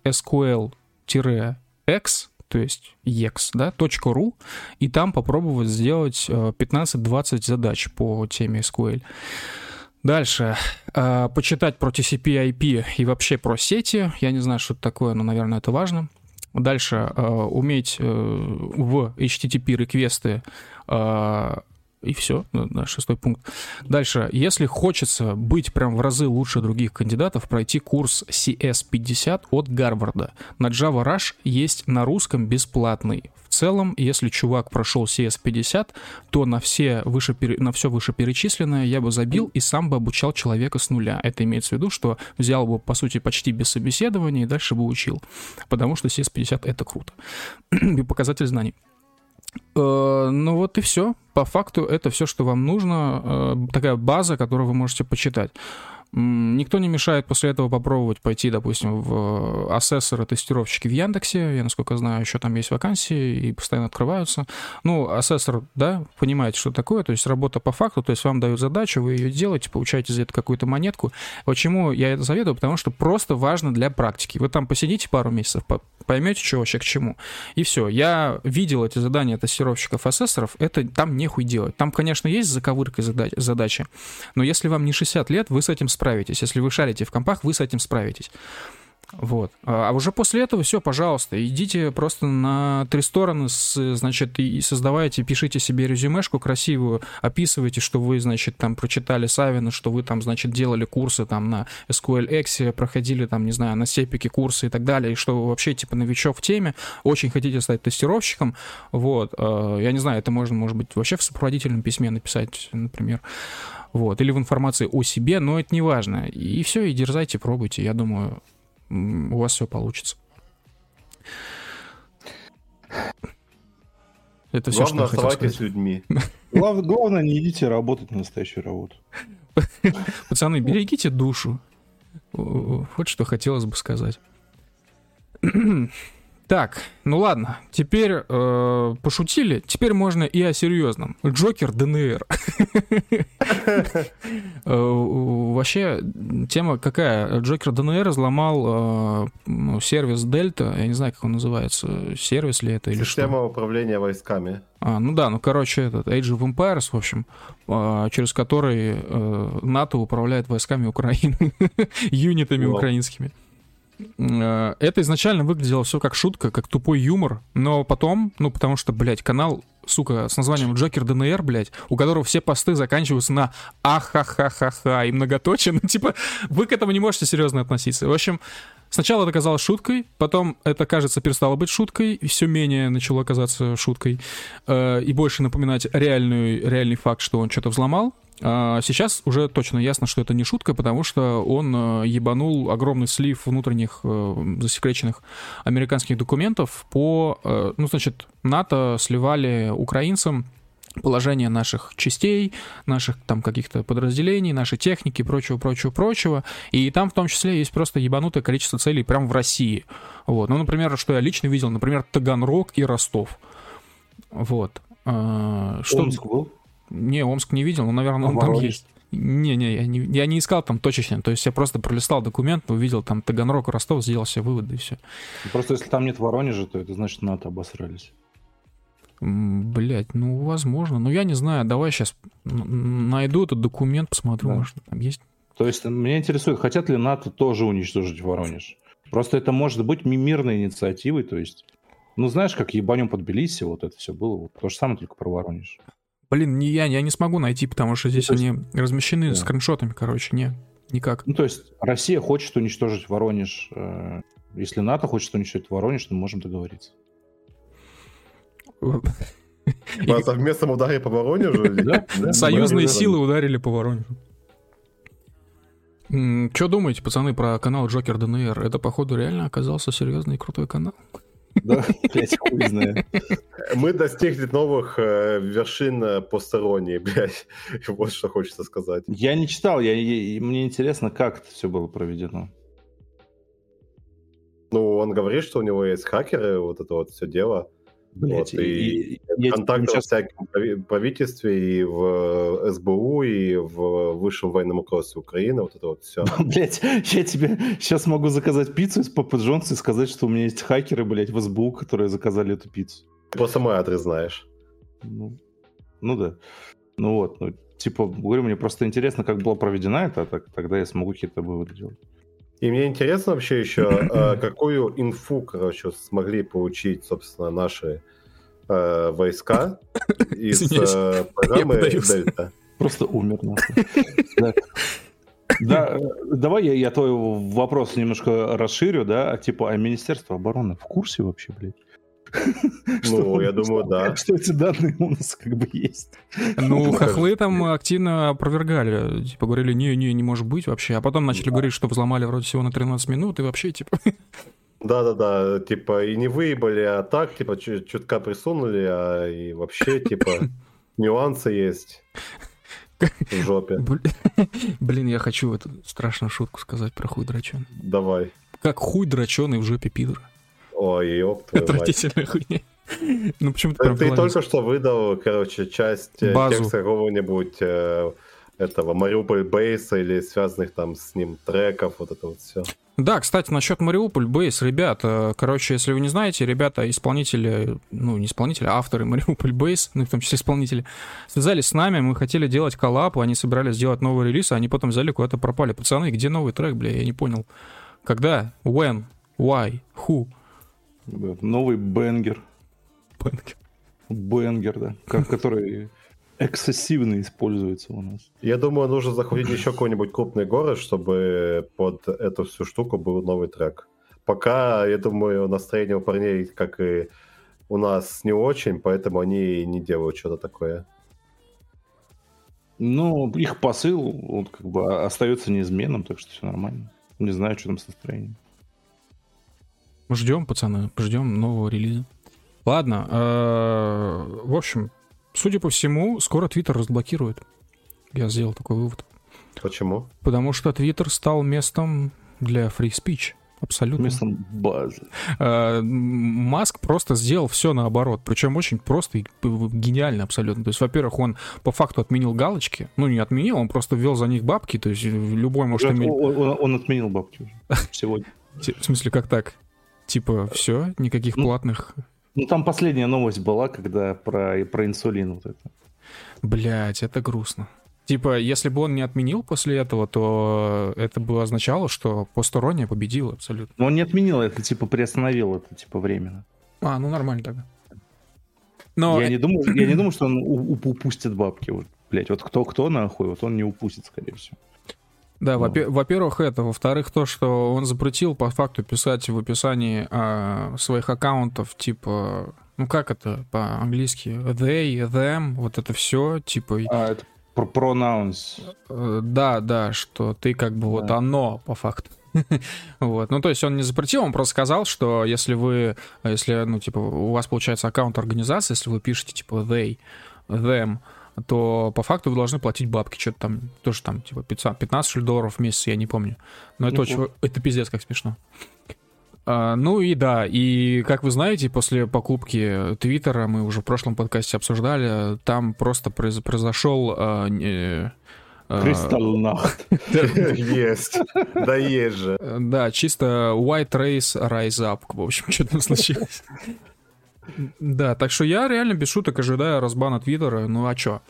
sql-x, то есть ex, да, .ru, и там попробовать сделать 15-20 задач по теме SQL. Дальше. Почитать про TCP/IP и вообще про сети. Я не знаю, что это такое, но, наверное, это важно. Дальше. Уметь в HTTP реквесты и все, да, 6 пункт. Дальше, если хочется быть прям в разы лучше других кандидатов, пройти курс CS50 от Гарварда. На Java Rush есть на русском бесплатный. В целом, если чувак прошел CS50, то на все вышеперечисленное я бы забил и сам бы обучал человека с нуля. Это имеется в виду, что взял бы, по сути, почти без собеседования и дальше бы учил. Потому что CS50 — это круто. И показатель знаний. Ну вот и все. По факту это все, что вам нужно. Такая база, которую вы можете почитать. Никто не мешает после этого попробовать пойти, допустим, в асессоры-тестировщики в Яндексе. Я, насколько знаю, еще там есть вакансии и постоянно открываются. Ну, асессор, да, понимаете, что такое. То есть работа по факту, то есть вам дают задачу, вы ее делаете, получаете за это какую-то монетку. Почему я это советую? Потому что просто важно для практики. Вы там посидите пару месяцев, поймете, что вообще к чему. И все. Я видел эти задания тестировщиков-асессоров, это там нехуй делать. Там, конечно, есть заковырка задачи, но если вам не 60 лет, вы с этим справитесь. Если вы шарите в компах, вы с этим справитесь. Вот. А уже после этого все, пожалуйста, идите просто на 3 стороны, значит, и создавайте, пишите себе резюмешку красивую, описывайте, что вы, значит, там прочитали Савина, что вы там, значит, делали курсы там на SQL-X, проходили там, не знаю, на Степике курсы и так далее, и что вы вообще, типа, новичок в теме, очень хотите стать тестировщиком, вот. Я не знаю, это можно, может быть, вообще в сопроводительном письме написать, например, вот, или в информации о себе, но это не важно. И все, и дерзайте, пробуйте, я думаю, у вас все получится. Это все, главное, что я хотел сказать. оставайтесь людьми. Главное, не идите работать на настоящую работу. Пацаны, берегите душу. Вот что хотелось бы сказать. Так, ну ладно, теперь пошутили, теперь можно и о серьезном. Джокер ДНР. Вообще, тема какая? Джокер ДНР взломал сервис Дельта, я не знаю, как он называется, сервис ли это или что. Система управления войсками. Этот Age of Empires, в общем, через который НАТО управляет войсками Украины, юнитами украинскими. Это изначально выглядело все как шутка, как тупой юмор, но потом, потому что, блядь, канал, сука, с названием Джокер ДНР, блядь, у которого все посты заканчиваются на ахахахаха и многоточие, вы к этому не можете серьезно относиться. В общем, сначала это казалось шуткой, потом это, кажется, перестало быть шуткой, и все менее начало казаться шуткой, и больше напоминать реальный факт, что он что-то взломал. Сейчас уже точно ясно, что это не шутка, потому что он ебанул огромный слив внутренних засекреченных американских документов НАТО сливали украинцам положение наших частей, наших там каких-то подразделений, нашей техники, прочего. И там в том числе есть просто ебанутое количество целей прямо в России. Вот. Например, что я лично видел, например, Таганрог и Ростов. Вот. Омск был? Не, Омск не видел, но, наверное, он там есть. Не, я не искал там точечно. То есть я просто пролистал документ, увидел там Таганрог, Ростов, сделал себе выводы и все. Просто если там нет Воронежа, то это значит, НАТО обосрались. Блять, ну, возможно. Но я не знаю, давай сейчас найду этот документ, посмотрю, Да. может, там есть. То есть меня интересует, хотят ли НАТО тоже уничтожить Воронеж? Просто это может быть мирной инициативой, то есть, ну, знаешь, как ебанем под Тбилиси, вот это все было. Вот то же самое, только про Воронеж. Блин, я не смогу найти, потому что здесь они размещены да. скриншотами, короче, никак. Ну, то есть Россия хочет уничтожить Воронеж. Если НАТО хочет уничтожить Воронеж, то мы можем договориться. По совместному ударе по Воронежу? Союзные силы ударили по Воронежу. Что думаете, пацаны, про канал Джокер ДНР? Это, походу, реально оказался серьезный и крутой канал? Да, блядь, хуй знает. Мы достигли новых вершин посторонней, блядь. Вот что хочется сказать. Я не читал, мне интересно, как это все было проведено. Ну, он говорит, что у него есть хакеры, вот это вот все дело. Блять, вот, и контакты во всяком правительстве, и в СБУ, и в Высшем военном руководстве Украины, вот это вот все. Блять, я тебе сейчас могу заказать пиццу из Папа Джонса и сказать, что у меня есть хакеры, блять, в СБУ, которые заказали эту пиццу. Ты просто мой адрес знаешь. Ну да. Ну вот, типа, говорю, мне просто интересно, как была проведена это, тогда я смогу какие-то выводы делать. И мне интересно вообще еще, какую инфу, короче, смогли получить, собственно, наши войска из программы Дельта. Просто умер, нахуй. Да, давай я твой вопрос немножко расширю, да, типа, а Министерство обороны в курсе вообще, блядь? Ну, я думаю, да. Что эти данные у нас как бы есть. Ну, хохлы там активно опровергали. Типа говорили, не может быть вообще. А потом начали говорить, что взломали вроде всего на 13 минут, и вообще, типа... Да-да-да, типа, и не выебали, а так, типа, чутка присунули, а и вообще, типа, нюансы есть в жопе. Блин, я хочу эту страшную шутку сказать про хуй дроченый. Давай. Как хуй дроченый в жопе пидора. Ой, ёб твою мать. Отвратительная хуйня. Ну, почему-то прям Ты только что выдал, короче, часть текста какого-нибудь этого Мариуполь Бейса или связанных там с ним треков, вот это вот все. Да, кстати, насчет Мариуполь Бейс, ребят, короче, если вы не знаете, ребята, исполнители, ну, не исполнители, а авторы Мариуполь Бейс, ну, в том числе исполнители, связались с нами, мы хотели делать коллаб, они собирались сделать новый релиз, а они потом взяли куда-то пропали. Пацаны, где новый трек, бля, я не понял. Когда? When? Why? Who? Новый бенгер. Бенгер, да, который эксцессивно используется у нас. Я думаю, нужно захватить еще какой-нибудь крупный город, чтобы под эту всю штуку был новый трек. Пока, я думаю, настроение у парней, как и у нас, не очень, поэтому они не делают что-то такое. Ну, их посыл, он как бы остается неизменным, так что все нормально. Не знаю, что там с настроением. Ждем, пацаны, ждем нового релиза. Ладно, в общем, судя по всему, скоро Twitter разблокирует. Я сделал такой вывод. Почему? Потому что Twitter стал местом для free speech. Абсолютно. Местом базы. Маск просто сделал все наоборот. Причем очень просто и гениально абсолютно. То есть, во-первых, он по факту отменил галочки. Ну, не отменил, он просто ввел за них бабки. То есть, любой может иметь... Он отменил бабки уже сегодня. В смысле, как так? Типа, все, никаких платных... Ну, там последняя новость была, когда про инсулин вот это. Блять, это грустно. Типа, если бы он не отменил после этого, то это бы означало, что посторонняя победила абсолютно. Но он не отменил это, типа, приостановил это, типа, временно. А, ну нормально тогда. Но... Я не думаю, что он упустит бабки. Вот, блять, вот кто нахуй, вот он не упустит, скорее всего. Да, во-первых, это. Во-вторых, то, что он запретил по факту писать в описании своих аккаунтов, типа, ну как это по-английски? They, them, вот это все, типа... это pronouns. Да, что ты как бы вот оно, по факту. Вот. Ну, то есть он не запретил, он просто сказал, что если ну, типа, у вас получается аккаунт организации, если вы пишете, типа, they, them, то по факту вы должны платить бабки, что-то там, тоже там, типа, $15 в месяц, я не помню. Но это пиздец как смешно. Ну и да, и как вы знаете, после покупки Твиттера, мы уже в прошлом подкасте обсуждали, там просто произошел... Кристаллнахт. Есть. Да есть же. Да, чисто White Race Rise Up, в общем, что там случилось. Да, так что я реально без шуток ожидаю разбана Твиттера, ну а чё?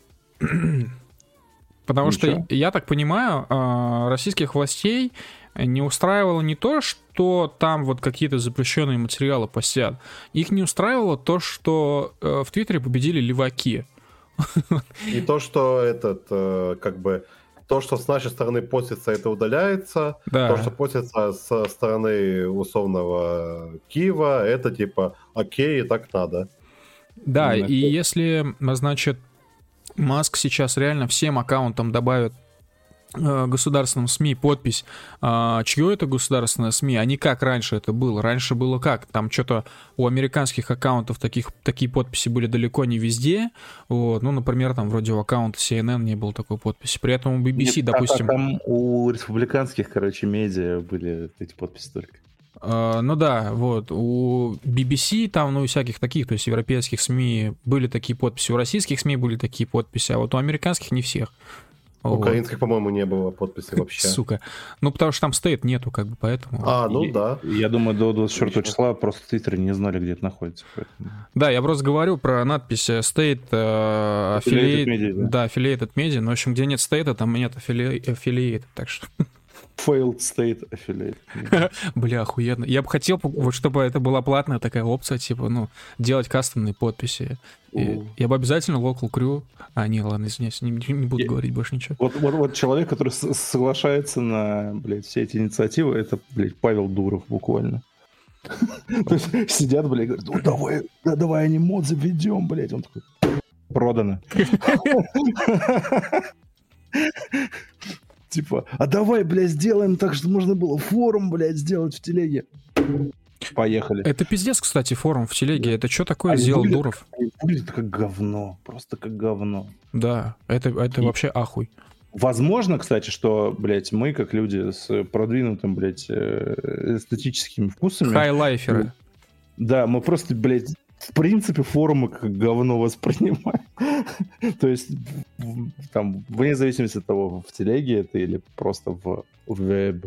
Потому что, я так понимаю, российских властей не устраивало не то, что там вот какие-то запрещенные материалы постят. Их не устраивало то, что в Твиттере победили леваки. И то, что то, что с нашей стороны постится, это удаляется. Да. То, что постится со стороны условного Киева, это типа окей, так надо. Да, и если, значит, Маск сейчас реально всем аккаунтам добавит государственным СМИ подпись, чье это государственное СМИ, а не как раньше это было. Раньше было как? Там что-то у американских аккаунтов такие подписи были далеко не везде. Вот. Ну, например, там вроде у аккаунта CNN не было такой подписи. При этом у BBC, нет, допустим... Там у республиканских, медиа были эти подписи только. Ну да, вот. У BBC там, ну, и всяких таких, то есть европейских СМИ были такие подписи, у российских СМИ были такие подписи, а вот у американских не всех. У украинских, по-моему, не было подписи вообще. Сука. Ну, потому что там стоит нету, как бы, поэтому... Да. Я думаю, до 24 числа просто в Твиттере не знали, где это находится. Поэтому... Да, я просто говорю про надпись State Affiliated Media. Да, Affiliated Media, но, в общем, где нет State, там нет Affiliated, так что... Failed State Affiliate. Бля, охуенно. Я бы хотел, вот, чтобы это была платная такая опция, типа, ну, делать кастомные подписи. Я бы обязательно Local Crew... не, ладно, извиняюсь, не буду говорить больше ничего. Вот человек, который соглашается на, все эти инициативы, это, Павел Дуров буквально. То есть сидят, говорят, давай анимод заведем, он такой, продано. Типа, а давай, сделаем так, что можно было форум, сделать в телеге. Поехали. Это пиздец, кстати, форум в телеге. Это что такое сделал Дуров? Выглядит как говно. Просто как говно. Да, это вообще ахуй. Возможно, кстати, что, мы, как люди с продвинутым, эстетическими вкусами... Хайлайферы. Да, мы просто, в принципе, форумы как говно воспринимаем. То есть, там, вне зависимости от того, в телеге это или просто в веб.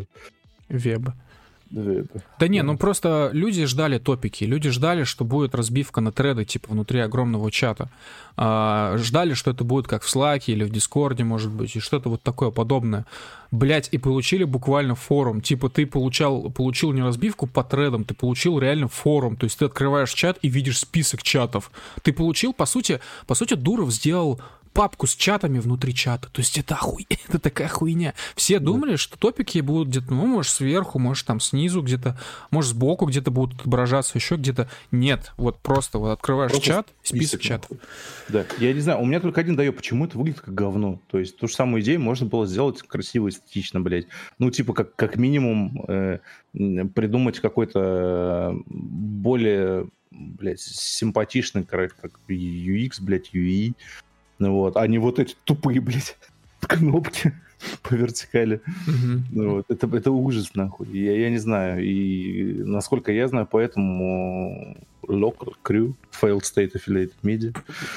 Да не, ну просто люди ждали топики, люди ждали, что будет разбивка на треды, типа, внутри огромного чата. Ждали, что это будет как в Slack или в Дискорде, может быть, и что-то вот такое подобное. Блять, и получили буквально форум. Типа, ты получил не разбивку по тредам, ты получил реально форум. То есть ты открываешь чат и видишь список чатов. Ты получил, по сути, Дуров сделал папку с чатами внутри чата. То есть это такая хуйня. Все думали, что топики будут где-то, ну, может, сверху, может, там снизу где-то, может, сбоку где-то будут отображаться, еще где-то. Нет, вот просто вот открываешь чат, список чатов. Да, я не знаю, у меня только один дает, почему это выглядит как говно. То есть ту же самую идею можно было сделать красиво, эстетично, Ну, типа, как минимум придумать какой-то более, симпатичный, как UX, UI, вот, а не вот эти тупые, кнопки по вертикали. Вот, это ужас, нахуй. Я не знаю. И насколько я знаю, поэтому Local Crew, Failed State Affiliated Media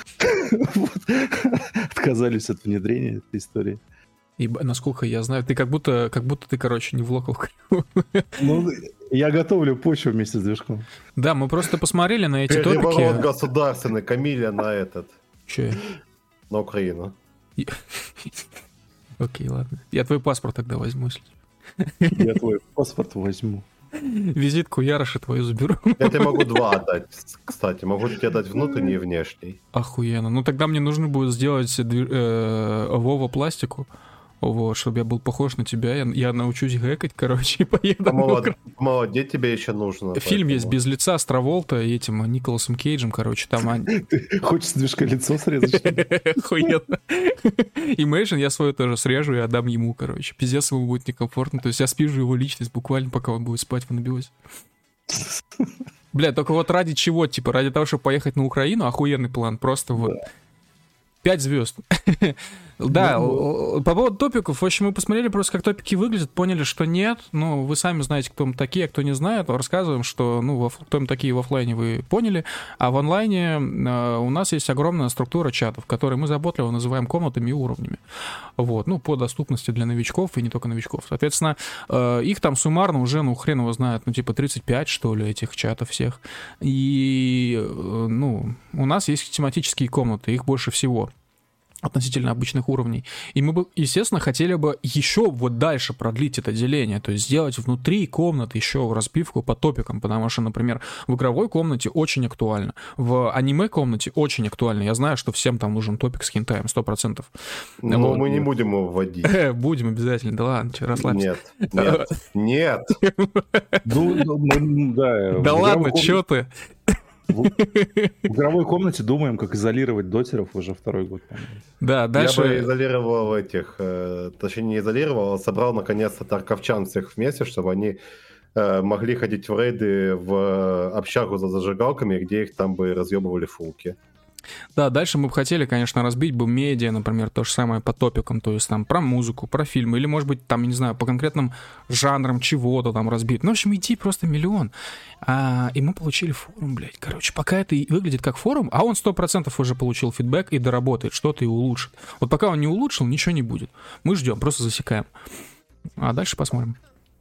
отказались от внедрения этой истории. И насколько я знаю, ты как будто ты, короче, не в Local Crew. Ну, я готовлю почву вместе с движком. Да, мы просто посмотрели на эти топики. Переворот государственный, Камиля на этот. Че? На Украину. Окей, ладно. Я твой паспорт тогда возьму, если... Я твой паспорт возьму. Визитку Яроша твою заберу. Я тебе могу 2 отдать, кстати. Могу тебе дать внутренний и внешний. Охуенно. Ну тогда мне нужно будет сделать Вова пластику. Вот, чтобы я был похож на тебя, я научусь гэкать, короче, и поеду. Молодец, тебе еще нужно. Фильм есть без лица с Траволта и этим Николасом Кейджем, короче, там... Ты хочешь с движка лицо срезать? Охуенно. Imagine, я свое тоже срежу и отдам ему, короче. Пиздец, ему будет некомфортно. То есть я спижу его личность буквально, пока он будет спать в анабиозе. Бля, только вот ради чего? Типа, ради того, чтобы поехать на Украину, охуенный план. Просто вот 5 звезд. Да, по поводу топиков, в общем, мы посмотрели просто, как топики выглядят, поняли, что нет. Ну, вы сами знаете, кто мы такие, а кто не знает. Рассказываем, что, ну, кто мы такие в офлайне, вы поняли. А в онлайне у нас есть огромная структура чатов, которые мы заботливо называем комнатами и уровнями. Вот, ну, по доступности для новичков и не только новичков. Соответственно, их там суммарно уже, ну, хрен его знает, ну, типа 35, что ли, этих чатов всех. И, ну, у нас есть тематические комнаты, их больше всего относительно обычных уровней. И мы бы, естественно, хотели бы еще вот дальше продлить это деление, то есть сделать внутри комнаты еще разбивку по топикам, потому что, например, в игровой комнате очень актуально, в аниме-комнате очень актуально. Я знаю, что всем там нужен топик с хентаем, 100%. Но вот. Мы не будем его вводить. Будем обязательно, да ладно, расслабься. Нет. Да ладно, что ты? В игровой комнате думаем, как изолировать дотеров уже второй год. Да, дальше... Я бы изолировал этих, точнее не изолировал, а собрал наконец-то тарковчан всех вместе, чтобы они могли ходить в рейды в общагу за зажигалками, где их там бы разъебывали фулки. Да, дальше мы бы хотели, конечно, разбить бы медиа, например, то же самое по топикам, то есть там про музыку, про фильмы, или, может быть, там, не знаю, по конкретным жанрам чего-то там разбить. Ну, в общем, идей просто миллион. И мы получили форум, блядь. Короче, пока это выглядит как форум, а он 100% уже получил фидбэк и доработает, что-то и улучшит. Вот пока он не улучшил, ничего не будет. Мы ждем, просто засекаем. А дальше посмотрим.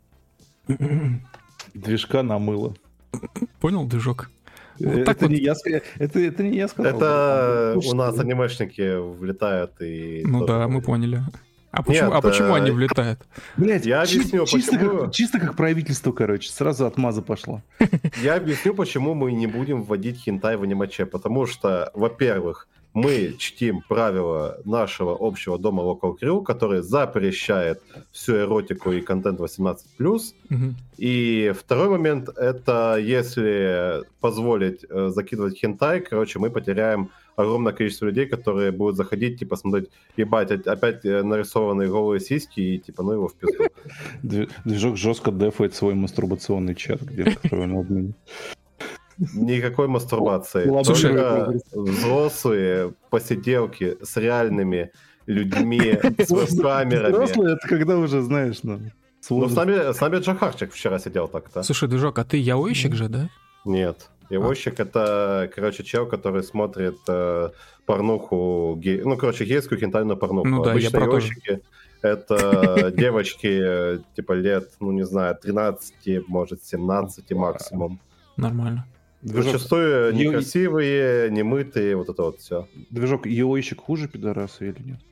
Движка намыло. Понял, движок? Вот это, вот. Не я, это не я сказал. Это у нас анимешники влетают и... Ну да, мы поняли. А почему они влетают? Блять, я объясню, почему... Чисто как правительство, короче, сразу отмаза пошла. Я объясню, почему мы не будем вводить хентай в анимаче. Потому что, во-первых, мы чтим правила нашего общего дома Local Crew, который запрещает всю эротику и контент 18+. И второй момент, это если позволить закидывать хентай, короче, мы потеряем огромное количество людей, которые будут заходить, типа, смотреть, ебать, опять нарисованные голые сиськи, и, типа, ну его в пизду. Движок жестко дефает свой мастурбационный чат, где-то, который он обменит. Никакой мастурбации. Только взрослые посиделки с реальными людьми, с камерами. Взрослые, это когда уже, знаешь, ну с нами Джахарчик вчера сидел так-то. Слушай, Движок, а ты яойщик же, да? Нет. Яойщик это, короче, чел, который смотрит порнуху, ну, короче, гейскую хентайную порнуху. Ну да, обычно яойщики это девочки, типа, лет, ну, не знаю, 13, может, 17 максимум. Нормально. Зачастую некрасивые, немытые, вот это вот все. Движок, яойщик хуже пидораса или нет?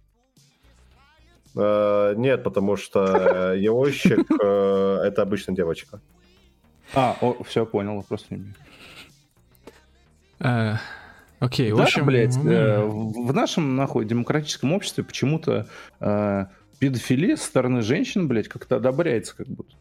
Нет, потому что яойщик это обычно девочка. Все, понял, вопрос не имею. Окей, да, в общем... блядь, в нашем, нахуй, демократическом обществе почему-то педофилия со стороны женщин, блядь, как-то одобряется как будто.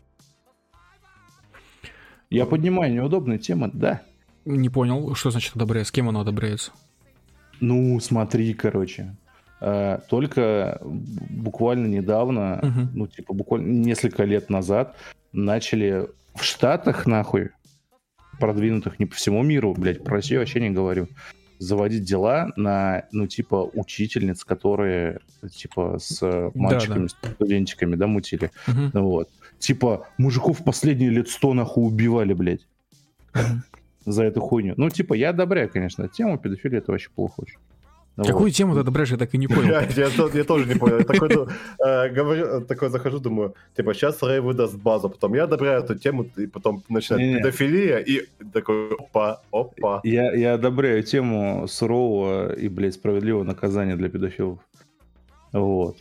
Я понимаю, неудобная тема, да. Не понял, что значит одобряется, с кем она одобряется? Ну, смотри, короче. Только буквально недавно, ну, типа, буквально несколько лет назад начали в Штатах, нахуй, продвинутых не по всему миру, блядь, про Россию вообще не говорю, заводить дела на, ну, типа, учительниц, которые, типа, с мальчиками, с студентиками, да, мутили. Вот. Типа, мужиков последние лет 100, нахуй, убивали, блядь, за эту хуйню. Ну, типа, я одобряю, конечно, тему, педофилия, это вообще плохо очень. Какую тему ты одобряешь, я так и не понял. Я тоже не понял. Я такой захожу, думаю, типа, сейчас Рэй выдаст базу, потом я одобряю эту тему, и потом начинает педофилия, и такой, опа. Я одобряю тему сурового и, блядь, справедливого наказания для педофилов. Вот.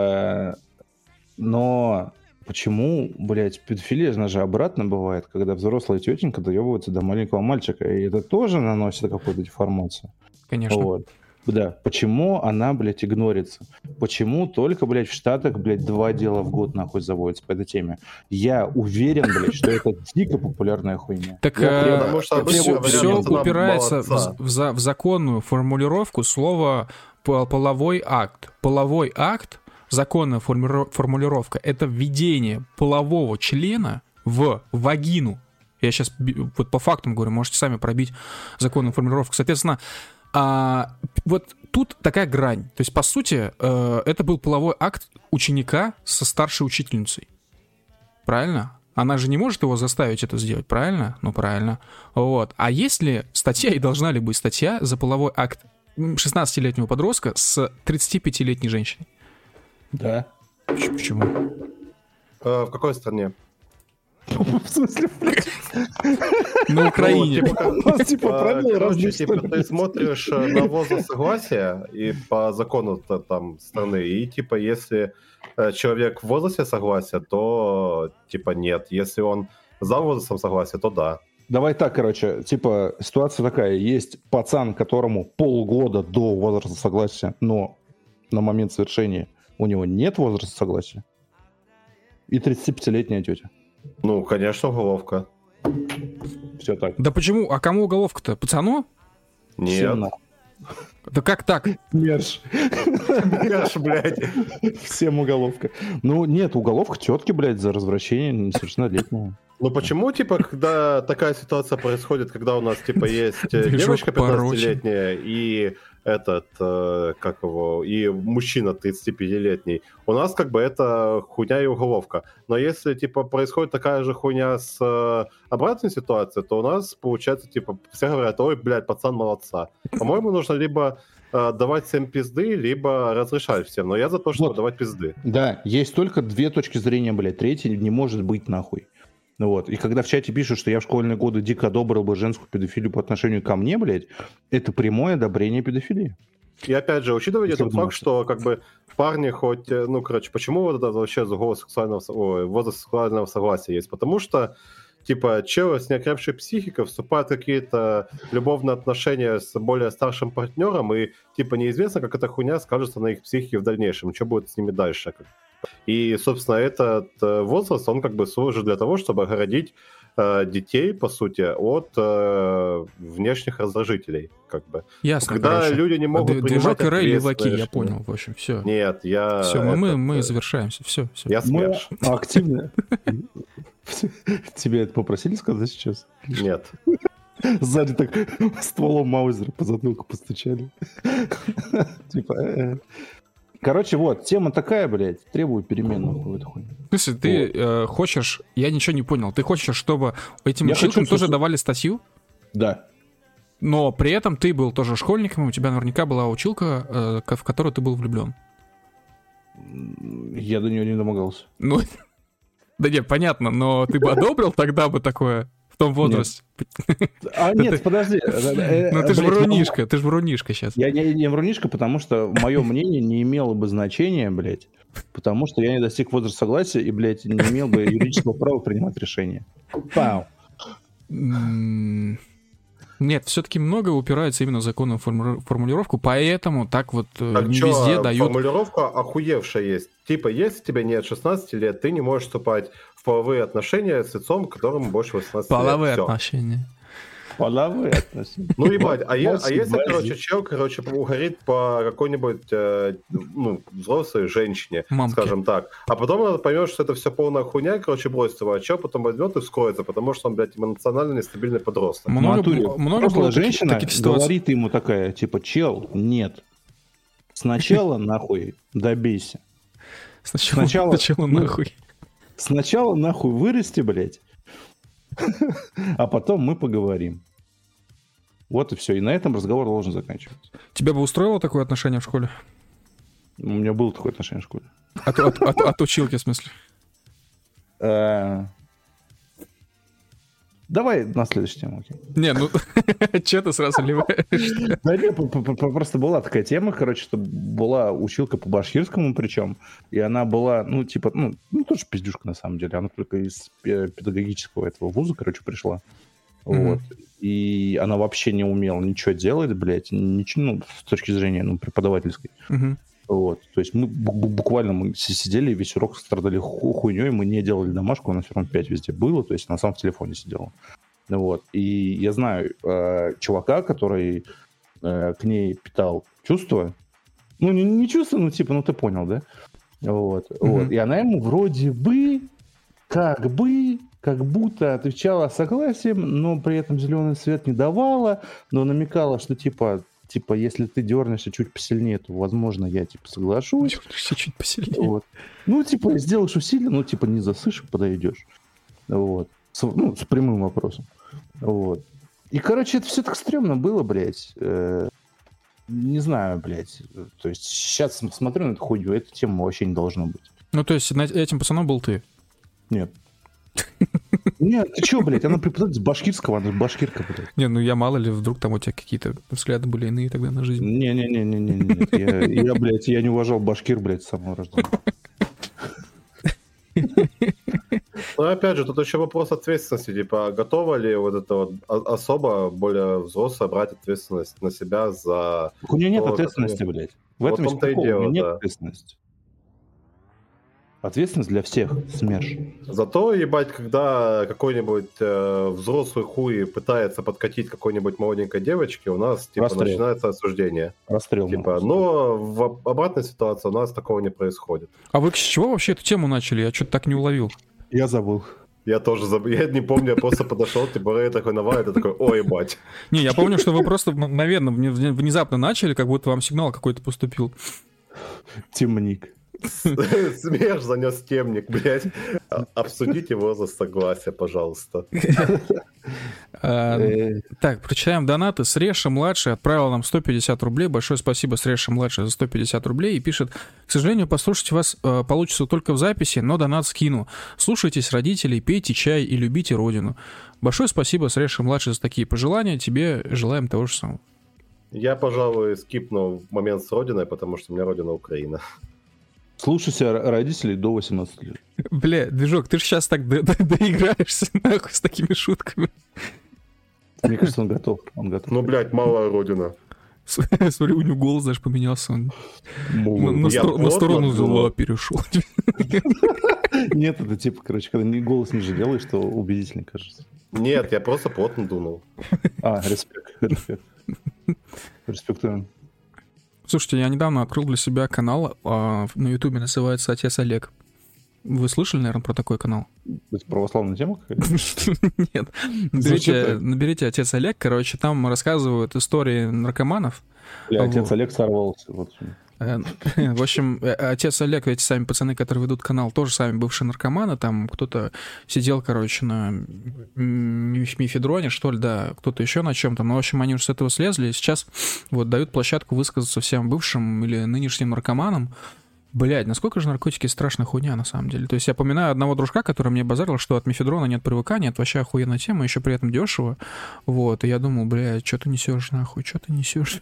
Но почему, блядь, педофилия, она же обратно бывает, когда взрослая тетенька доебывается до маленького мальчика, и это тоже наносит какую-то деформацию. Конечно. Вот. Да, почему она, блядь, игнорится? Почему только, блядь, в Штатах, блядь, 2 дела в год, нахуй, заводятся по этой теме? Я уверен, блядь, что это дико популярная хуйня. Так все упирается в законную формулировку слова «половой акт». Половой акт, законная формулировка, это введение полового члена в вагину. Я сейчас вот по фактам говорю, можете сами пробить законную формулировку. Соответственно, Вот тут такая грань. То есть, по сути, это был половой акт ученика со старшей учительницей. Правильно? Она же не может его заставить это сделать, правильно? Ну, правильно. Вот. А есть ли статья, и должна ли быть статья за половой акт 16-летнего подростка с 35-летней женщиной? Да. Почему? В какой стране? В смысле, На Украине. Ты смотришь на возраст согласия и по закону там страны, и типа если человек в возрасте согласия, то типа нет. Если он за возрастом согласия, то да. Давай так, короче, типа ситуация такая. Есть пацан, которому полгода до возраста согласия, но на момент совершения у него нет возраста согласия. И 35-летняя тетя. Ну, конечно, уголовка. Все так. Да почему? А кому уголовка-то? Пацану? Нет. Да как так? Мерш. Мерш, блядь. Всем уголовка. Ну, нет, уголовка тетки, блядь, за развращение несовершеннолетнего. Ну почему, типа, когда такая ситуация происходит, когда у нас, типа, есть девочка 15-летняя и и мужчина 35-летний, у нас, как бы, это хуйня и уголовка. Но если, типа, происходит такая же хуйня с обратной ситуацией, то у нас, получается, типа, все говорят, ой, блядь, пацан молодца. По-моему, нужно либо давать всем пизды, либо разрешать всем. Но я за то, чтобы давать пизды. Да, есть только две точки зрения, блядь. Третья не может быть нахуй. Вот. И когда в чате пишут, что я в школьные годы дико одобрил бы женскую педофилию по отношению ко мне, блядь, это прямое одобрение педофилии. И опять же, учитывая тот факт, что как бы парни хоть, ну, короче, почему вот это вообще возраст сексуального согласия есть? Потому что, типа, челы с неокрепшей психикой вступают в какие-то любовные отношения с более старшим партнером, и, типа, неизвестно, как эта хуйня скажется на их психике в дальнейшем, что будет с ними дальше. И, собственно, этот возраст, он как бы служит для того, чтобы оградить детей, по сути, от внешних раздражителей, как бы. Ясно, когда короче. люди не могут принимать Движок РЛ леваки, ответственное я понял, в общем, все. Нет, я... Все, мы завершаемся, все. Я смерш. Активно. Тебя это попросили сказать сейчас? Нет. Сзади так стволом маузера по затылку постучали. Типа... Короче, вот, тема такая, блядь, требует перемен, нахуй, в эту хуйню. В смысле, ты хочешь... Я ничего не понял. Ты хочешь, чтобы этим училкам тоже давали статью? Да. Но при этом ты был тоже школьником, и у тебя наверняка была училка, в которую ты был влюблен. Я до нее не домогался. Ну, да нет, понятно, но ты бы одобрил тогда бы такое в том возрасте? Нет, подожди. Ну ты же врунишка сейчас. Я не врунишка, потому что мое мнение не имело бы значения, блядь, потому что я не достиг возраста согласия и, блядь, не имел бы юридического права принимать решения. Пау. Нет, все-таки многое упирается именно в законную формулировку, поэтому так вот так не везде дают... Формулировка охуевшая есть. Типа, если тебе нет 16 лет, ты не можешь вступать в половые отношения с лицом, которому больше 18 половые лет. Отношения. Половые отношения. Ну, ебать, а если, короче, чел, угорит по какой-нибудь, взрослой женщине, мамке, скажем так, а потом он поймет, что это все полная хуйня, короче, бросит его, а чел потом возьмет и вскроется, потому что он, блядь, эмоционально нестабильный подросток. Много было женщина таких ситуаций. Говорит ему такая, типа, чел, нет. Сначала нахуй добейся. Сначала нахуй. Сначала нахуй вырасти, блядь. А потом мы поговорим. Вот и все. И на этом разговор должен заканчиваться. Тебя бы устроило такое отношение в школе? У меня было такое отношение в школе. От училки, в смысле? Давай на следующую тему. Окей. Не, ну, че ты сразу ливаешь? Да нет, просто была такая тема, короче, что была училка по башкирскому причем, и она была, тоже пиздюшка на самом деле, она только из педагогического этого вуза, короче, пришла. Вот. И она вообще не умела ничего делать, блядь, ничего, с точки зрения, преподавательской. Вот. То есть мы буквально сидели и весь урок страдали хуйней, мы не делали домашку, она все равно 5 везде было, то есть она сам в телефоне сидела. Вот. И я знаю чувака, который к ней питал чувства, не чувства, ты понял, да? Вот. И она ему вроде бы, как будто отвечала согласием, но при этом зеленый свет не давала, но намекала, что типа, если ты дернешься чуть посильнее, то, возможно, я, типа, соглашусь. Дернешься чуть посильнее. Вот. Ну, типа, сделаешь усилие, ну, типа, не засышь, подойдешь. Вот. С прямым вопросом. Вот. И, короче, это все так стрёмно было, блядь. Не знаю, блядь. То есть сейчас смотрю на эту хуйню, эту тему вообще не должно быть. Ну, то есть этим пацаном был ты? Нет. Нет, ты чё, блядь, она преподаватель с башкирского, она башкирка, блядь. Не, ну я мало ли, вдруг там у тебя какие-то взгляды были иные тогда на жизнь. Не-не-не, я, блядь, я не уважал башкир, блядь, с самого рождения. Ну, опять же, тут еще вопрос ответственности. Типа, готова ли вот эта вот особо более взрослая брать ответственность на себя за... У нее нет ответственности, блядь. В этом есть прикол, у нее нет ответственности. Ответственность для всех, СМЕРШ. Зато, ебать, когда какой-нибудь взрослый хуй пытается подкатить какой-нибудь молоденькой девочке, у нас, типа, Расстрел. начинается осуждение. Расстрел. Типа, но в обратной ситуации у нас такого не происходит. А вы с чего вообще эту тему начали? Я что-то так не уловил. Я забыл. Я тоже забыл. Я не помню, я просто подошел, типа, Рэй такой навалит, я такой, ой, ебать. Не, я помню, что вы просто, наверное, внезапно начали, как будто вам сигнал какой-то поступил. Темник. СМЕРШ занес темник, блядь. Обсудить его за согласие, пожалуйста. Так, прочитаем донаты. Среша-младший отправил нам 150 рублей. Большое спасибо, Среша-младший, за 150 рублей. И пишет: к сожалению, послушать вас получится только в записи, но донат скину. Слушайтесь родителей, пейте чай и любите родину. Большое спасибо, Среша-младший, за такие пожелания. Тебе желаем того же самого. Я, пожалуй, скипну момент с родиной, потому что у меня родина Украина. Слушайся родителей до 18 лет. Бля, движок, ты же сейчас так доиграешься нахуй с такими шутками. Мне кажется, он готов. Ну, блядь, малая родина. Смотри, у него голос даже поменялся. Он на сторону зла перешел. Нет, это типа, короче, когда голос ниже делаешь, то убедительнее кажется. Нет, я просто плотно дунул. Респект. Респектуем. Слушайте, я недавно открыл для себя канал на Ютубе, называется «Отец Олег». Вы слышали, наверное, про такой канал? Это православная тема какая-то? Нет. Наберите «Отец Олег», короче, там рассказывают истории наркоманов. Отец Олег сорвался. В общем, отец Олег, эти сами пацаны, которые ведут канал, тоже сами бывшие наркоманы. Там кто-то сидел, короче, на мефедроне, что ли, да, кто-то еще на чем-то. Но, в общем, они уже с этого слезли. И сейчас вот дают площадку высказаться всем бывшим или нынешним наркоманам. Блядь, насколько же наркотики страшная хуйня, на самом деле. То есть я поминаю одного дружка, который мне базарил, что от мефедрона нет привыкания, это вообще охуенная тема, еще при этом дешево. Вот, и я думал, блядь, что ты несешь, нахуй, что ты несешь?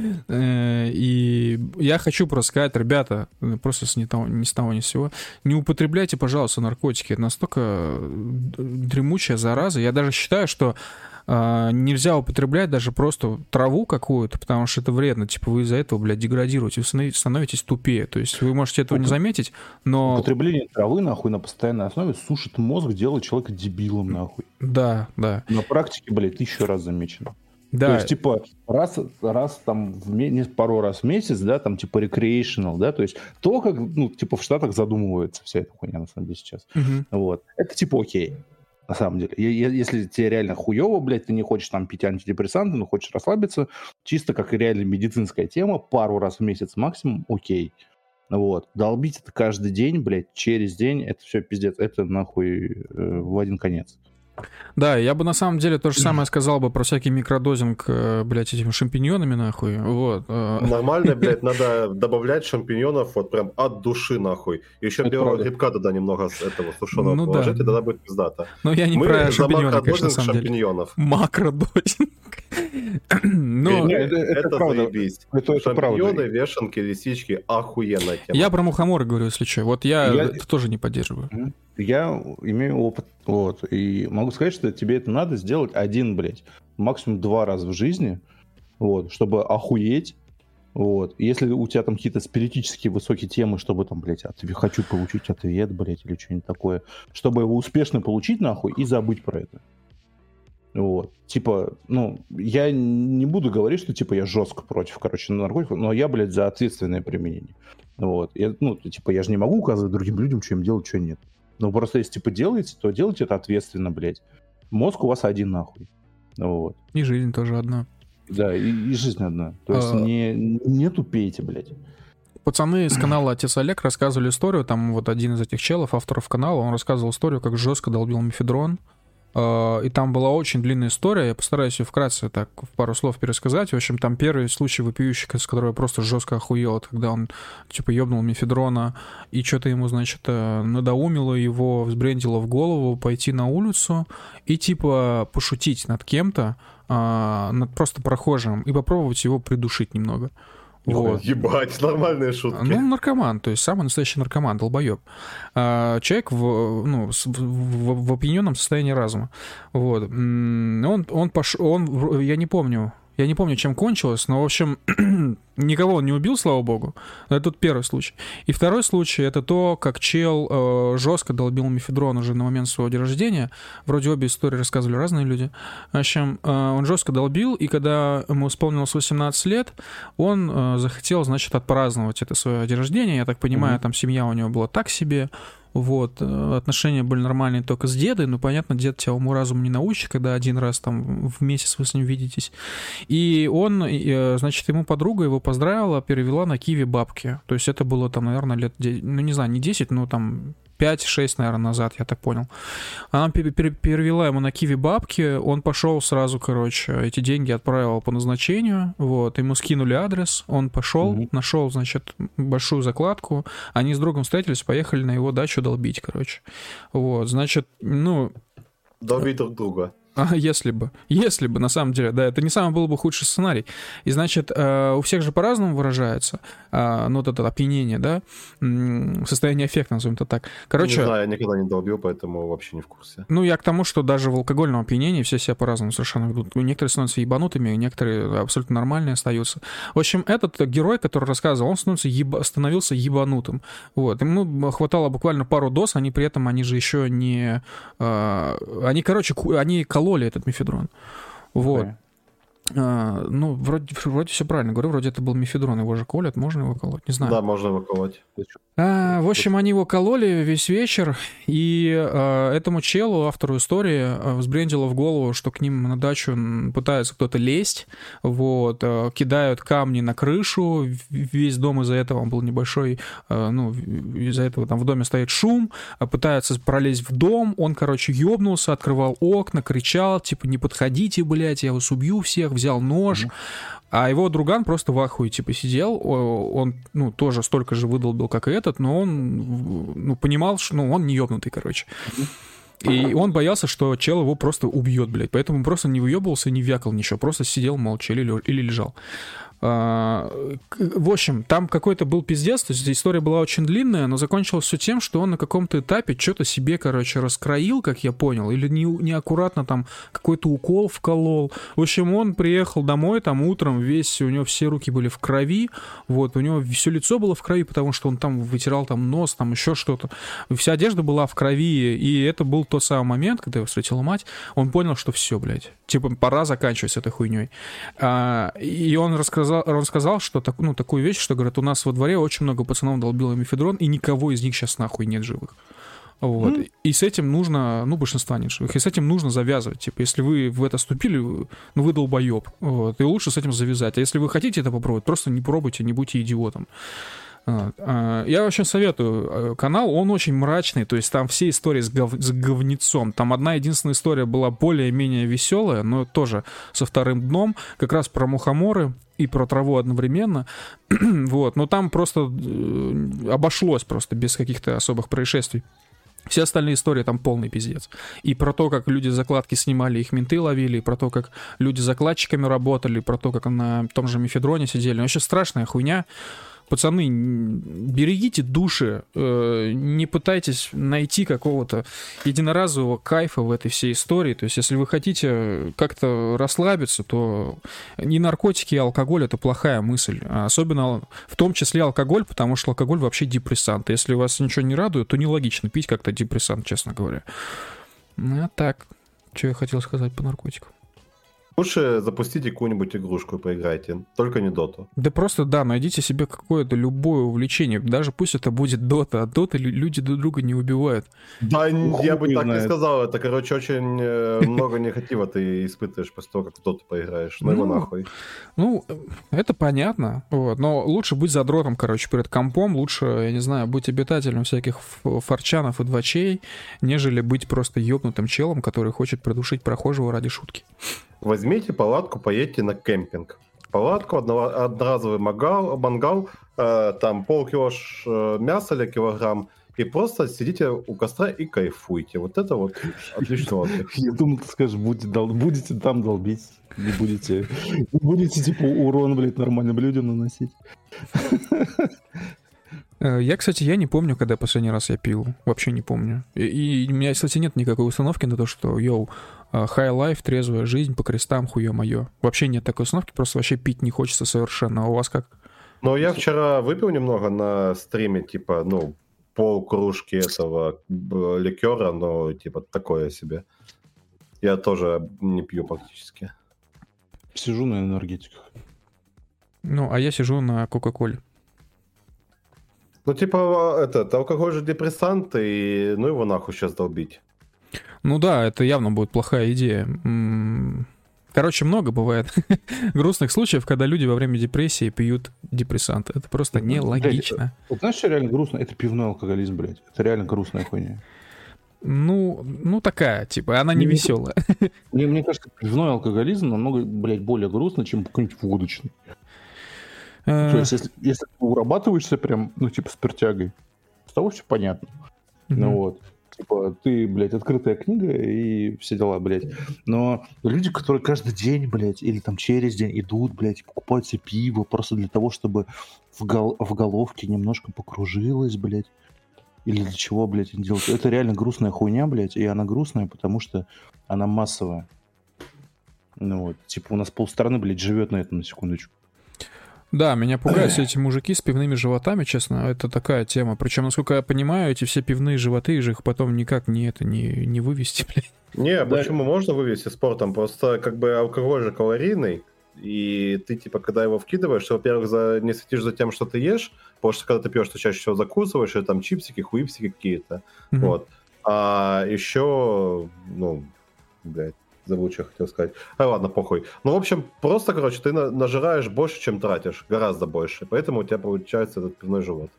И я хочу просто сказать, ребята, просто ни с того ни с сего, не употребляйте, пожалуйста, наркотики. Это настолько дремучая зараза. Я даже считаю, что нельзя употреблять даже просто траву какую-то, потому что это вредно. Типа вы из-за этого, блядь, деградируете, вы становитесь тупее. То есть вы можете этого не заметить, но... Употребление травы, нахуй, на постоянной основе сушит мозг, делает человека дебилом, нахуй. Да. На практике, блядь, 1000 раз замечено. Да. То есть, типа, раз там, пару раз в месяц, да, там, типа, recreational, да, то есть то, как, ну, типа, в Штатах задумывается вся эта хуйня, на самом деле, сейчас. Вот. Это, типа, окей. На самом деле. Если тебе реально хуёво, блядь, ты не хочешь там пить антидепрессанты, но хочешь расслабиться, чисто как реально медицинская тема, пару раз в месяц максимум, окей. Вот. Долбить это каждый день, блядь, через день, это все пиздец. Это нахуй в один конец. Да, я бы на самом деле то же самое сказал бы про всякий микродозинг, блядь, этими шампиньонами, нахуй, вот. Нормально, блядь, надо добавлять шампиньонов вот прям от души, нахуй. Еще белого грибка туда немного с этого сушеного положить, и тогда будет пиздато. Ну, я не про шампиньоны, конечно, на самом деле. шампиньонов. Макродозинг. Это заебись. Это шампиньоны, вешенки, лисички, охуенная тема. Я про мухоморы говорю, если что. Вот я это тоже не поддерживаю. Я имею опыт, вот, и могу сказать, что тебе это надо сделать один, блядь, максимум 2 раза в жизни, вот, чтобы охуеть, вот. Если у тебя там какие-то спиритические высокие темы, чтобы там, блядь, хочу получить ответ, блядь, или что-нибудь такое, чтобы его успешно получить, нахуй, и забыть про это. Вот. Типа, ну, я не буду говорить, что, типа, я жестко против, короче, наркотиков, но я, блядь, за ответственное применение. Вот. Я же не могу указывать другим людям, что им делать, что нет. Ну, просто если, типа, делаете, то делайте это ответственно, блядь. Мозг у вас один, нахуй. Вот. И жизнь тоже одна. Да, и жизнь одна. То есть не тупейте, блядь. Пацаны из канала Отец Олег рассказывали историю, там вот один из этих челов, авторов канала, он рассказывал историю, как жестко долбил мефедрон. И там была очень длинная история, я постараюсь ее вкратце так в пару слов пересказать. В общем, там первый случай вопиющий, с которого я просто жестко охуел, когда он, типа, ёбнул мефедрона, и что-то ему, значит, надоумило его, взбрендило в голову пойти на улицу и, типа, пошутить над кем-то, над просто прохожим, и попробовать его придушить немного. Вот. Ебать, нормальные шутки. Ну, наркоман, то есть самый настоящий наркоман, долбоеб. Человек в опьяненном состоянии разума. Вот. Он пошел, я не помню, чем кончилось, но, в общем, никого он не убил, слава богу. Это тут первый случай. И второй случай — это то, как чел жестко долбил мефедрон уже на момент своего дня рождения. Вроде обе истории рассказывали разные люди. В общем, он жестко долбил, и когда ему исполнилось 18 лет, он захотел, значит, отпраздновать это свое день рождения. Я так понимаю, там семья у него была так себе. Вот, отношения были нормальные только с дедом, но, понятно, дед тебя уму-разуму не научит, когда один раз там в месяц вы с ним видитесь. И он, значит, ему подруга его поздравила, перевела на Киви бабки. То есть это было там, наверное, лет, ну, не знаю, не 10, но там 5-6, наверное, назад, я так понял. Она перевела ему на Киви бабки, он пошел сразу, короче, эти деньги отправил по назначению, вот, ему скинули адрес, он пошел, нашел, значит, большую закладку, они с другом встретились, поехали на его дачу долбить, короче. Вот, значит, ну... Долбить друг друга. Если бы, на самом деле, да, это не самый был бы худший сценарий. И, значит, у всех же по-разному выражается, ну, вот это опьянение, да, состояние аффекта, назовем это так. Короче... Не знаю, я никогда не долбил, поэтому вообще не в курсе. Ну, я к тому, что даже в алкогольном опьянении все себя по-разному совершенно ведут. Некоторые становятся ебанутыми, некоторые абсолютно нормальные остаются. В общем, этот герой, который рассказывал, он становился ебанутым. Вот, ему хватало буквально пару доз, они при этом, они же еще не... Они кололи этот мефедрон. Вот. Ну, вроде все правильно говорю, вроде это был мефедрон, его же колят, можно его колоть, не знаю. Да, можно его колоть. В общем, они его кололи весь вечер, и этому челу, автору истории, взбрендило в голову, что к ним на дачу пытается кто-то лезть, вот, кидают камни на крышу, весь дом из-за этого, он был небольшой, ну, из-за этого там в доме стоит шум, пытаются пролезть в дом, он, короче, ёбнулся, открывал окна, кричал, типа, не подходите, блядь, я вас убью всех, взял нож, а его друган просто в ахуе, типа, сидел, он, ну, тоже столько же выдолбил, как и этот, но он, ну, понимал, что, ну, он не ёбнутый, короче. И он боялся, что чел его просто убьет, блядь, поэтому просто не выебывался, не вякал ничего, просто сидел молча или лежал. В общем, там какой-то был пиздец, то есть история была очень длинная, но закончилось все тем, что он на каком-то этапе что-то себе, короче, раскроил, как я понял, или неаккуратно там какой-то укол вколол. В общем, он приехал домой, там утром весь, у него все руки были в крови, вот, у него все лицо было в крови, потому что он там вытирал там нос, там еще что-то. Вся одежда была в крови, и это был тот самый момент, когда его встретила мать, он понял, что все, блядь, типа, пора заканчивать с этой хуйней. И он сказал, что такую вещь, что, говорят, у нас во дворе очень много пацанов долбило мефедрон, и никого из них сейчас нахуй нет живых. Вот. И с этим нужно, ну, большинства нет живых, и с этим нужно завязывать. Типа, если вы в это вступили, ну, вы долбоеб. Вот. И лучше с этим завязать. А если вы хотите это попробовать, просто не пробуйте, не будьте идиотом. Я вообще советую канал, он очень мрачный, то есть там все истории с говнецом. Там одна единственная история была более-менее веселая, но тоже со вторым дном, как раз про мухоморы и про траву одновременно. Вот, но там просто обошлось просто без каких-то особых происшествий. Все остальные истории там полный пиздец. И про то, как люди закладки снимали, их менты ловили, и про то, как люди закладчиками работали, про то, как на том же мефедроне сидели. Вообще страшная хуйня. Пацаны, берегите души, не пытайтесь найти какого-то единоразового кайфа в этой всей истории. То есть, если вы хотите как-то расслабиться, то не наркотики и алкоголь — это плохая мысль. Особенно в том числе алкоголь, потому что алкоголь вообще депрессант. Если вас ничего не радует, то нелогично пить как-то депрессант, честно говоря. Ну, а так, что я хотел сказать по наркотикам. Лучше запустите какую-нибудь игрушку и поиграйте, только не доту. Да просто, да, найдите себе какое-то любое увлечение, даже пусть это будет дота, от доты люди друг друга не убивают. Да, я бы так не сказал, это, короче, очень много негатива ты испытываешь после того, как в доту поиграешь, ну его нахуй. Ну, это понятно, вот, но лучше быть задротом, короче, перед компом, лучше, я не знаю, быть обитателем всяких форчанов и двачей, нежели быть просто ёбнутым челом, который хочет придушить прохожего ради шутки. Возьмите палатку, поедьте на кемпинг. Палатку, одноразовый мангал, там полкило мяса или килограмм, и просто сидите у костра и кайфуйте. Вот это вот отличный отдых. Я думал, ты скажешь, будете там долбить, не будете типа урон, блядь, нормальным людям наносить. Я, кстати, не помню, когда последний раз я пил. Вообще не помню. И у меня, кстати, нет никакой установки на то, что, high life, трезвая жизнь, по крестам, хуё моё. Вообще нет такой установки, просто вообще пить не хочется совершенно. А у вас как? Ну, я вчера выпил немного на стриме, типа, полкружки этого ликера, но, типа, такое себе. Я тоже не пью практически. Сижу на энергетиках. Ну, а я сижу на Кока-Коле. Ну, типа, алкоголь же депрессант, и ну его нахуй сейчас долбить. Ну да, это явно будет плохая идея. Короче, много бывает грустных случаев, когда люди во время депрессии пьют депрессанты. Это просто нелогично. Вот знаешь, что реально грустно? Это пивной алкоголизм, блядь. Это реально грустная хуйня. Ну такая, типа, она не веселая. Мне кажется, пивной алкоголизм намного, блядь, более грустно, чем какой-нибудь водочный. То есть, если ты урабатываешься прям, типа, спиртягой, с того все понятно. Типа, ты, блядь, открытая книга и все дела, блядь. Но люди, которые каждый день, блядь, или там через день идут, блядь, покупают себе пиво просто для того, чтобы в головке немножко покружилось, блядь. Или для чего, блядь, они делают. Это реально грустная хуйня, блядь, и она грустная, потому что она массовая. Типа, у нас полстраны, блядь, живет на этом, на секундочку. Да, меня пугают все эти мужики с пивными животами, честно, это такая тема. Причем, насколько я понимаю, эти все пивные животы, же их потом никак не вывести, блядь. Не, почему можно вывести спортом? Просто как бы алкоголь же калорийный, и ты, типа, когда его вкидываешь, то, во-первых, не следишь за тем, что ты ешь, потому что когда ты пьешь, ты чаще всего закусываешь, или там чипсики, хуипсики какие-то, вот. А еще, блядь, забыл, что я хотел сказать. Ладно, похуй. В общем, просто, короче, ты нажираешь больше, чем тратишь. Гораздо больше. Поэтому у тебя получается этот пивной живот.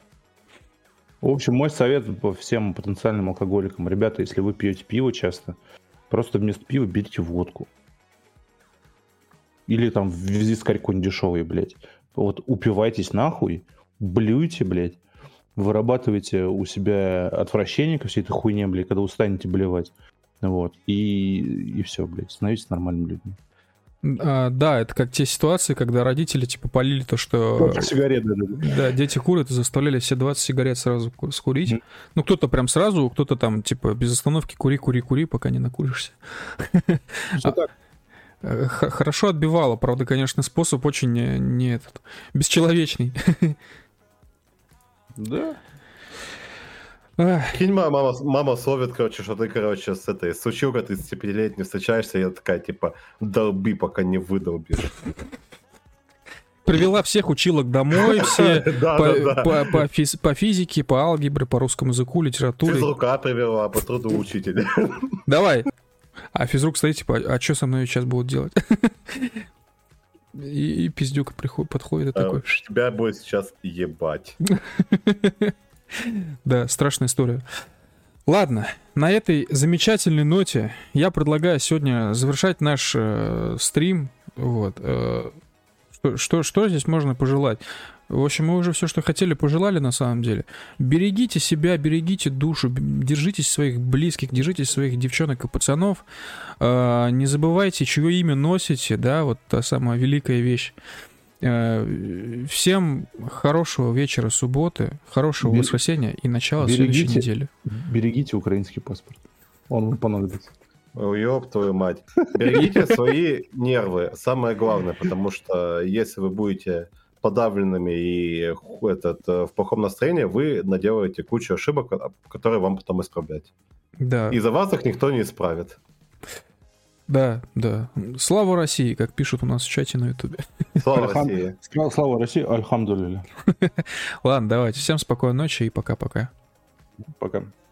В общем, мой совет по всем потенциальным алкоголикам. Ребята, если вы пьете пиво часто, просто вместо пива берите водку. Или там вискарь какой-нибудь дешевый, блядь. Вот упивайтесь нахуй, блюйте, блядь. Вырабатывайте у себя отвращение ко всей этой хуйне, блядь, когда устанете блевать. И все, блядь, становитесь нормальными людьми. Да, это как те ситуации, когда родители, типа, полили то, что... Сигареты. Да, дети курят и заставляли все 20 сигарет сразу скурить. Ну, кто-то прям сразу, кто-то там, типа, без остановки кури, пока не накуришься. Хорошо отбивало, правда, конечно, способ очень не бесчеловечный. Да. Кинь, мама словит, короче, что ты, короче, с училкой 35-летней встречаешься, и я такая, типа, долби, пока не выдолбишь. Привела всех училок домой, все по физике, по алгебре, по русскому языку, литературе. Физрука привела, по труду учителя. Давай. А физрук стоит, типа, а что со мной сейчас будут делать? И пиздюк подходит и такой... Тебя будет сейчас ебать. Да, страшная история. Ладно, на этой замечательной ноте я предлагаю сегодня завершать наш стрим. Что здесь можно пожелать? В общем, мы уже все, что хотели, пожелали на самом деле. Берегите себя, берегите душу, держитесь своих близких, держитесь своих девчонок и пацанов. Не забывайте, чье имя носите, да, вот та самая великая вещь. Всем хорошего вечера субботы, хорошего воскресенья и начала следующей недели. Берегите украинский паспорт. Он вам понадобится. Ёб твою мать. Берегите свои нервы, самое главное, потому что если вы будете подавленными и в плохом настроении, вы наделаете кучу ошибок, которые вам потом исправлять. Да. И за вас их никто не исправит. Да, да. Слава России, как пишут у нас в чате на Ютубе. Слава России. Слава России, альхамдулилля. Ладно, давайте. Всем спокойной ночи и пока-пока. Пока.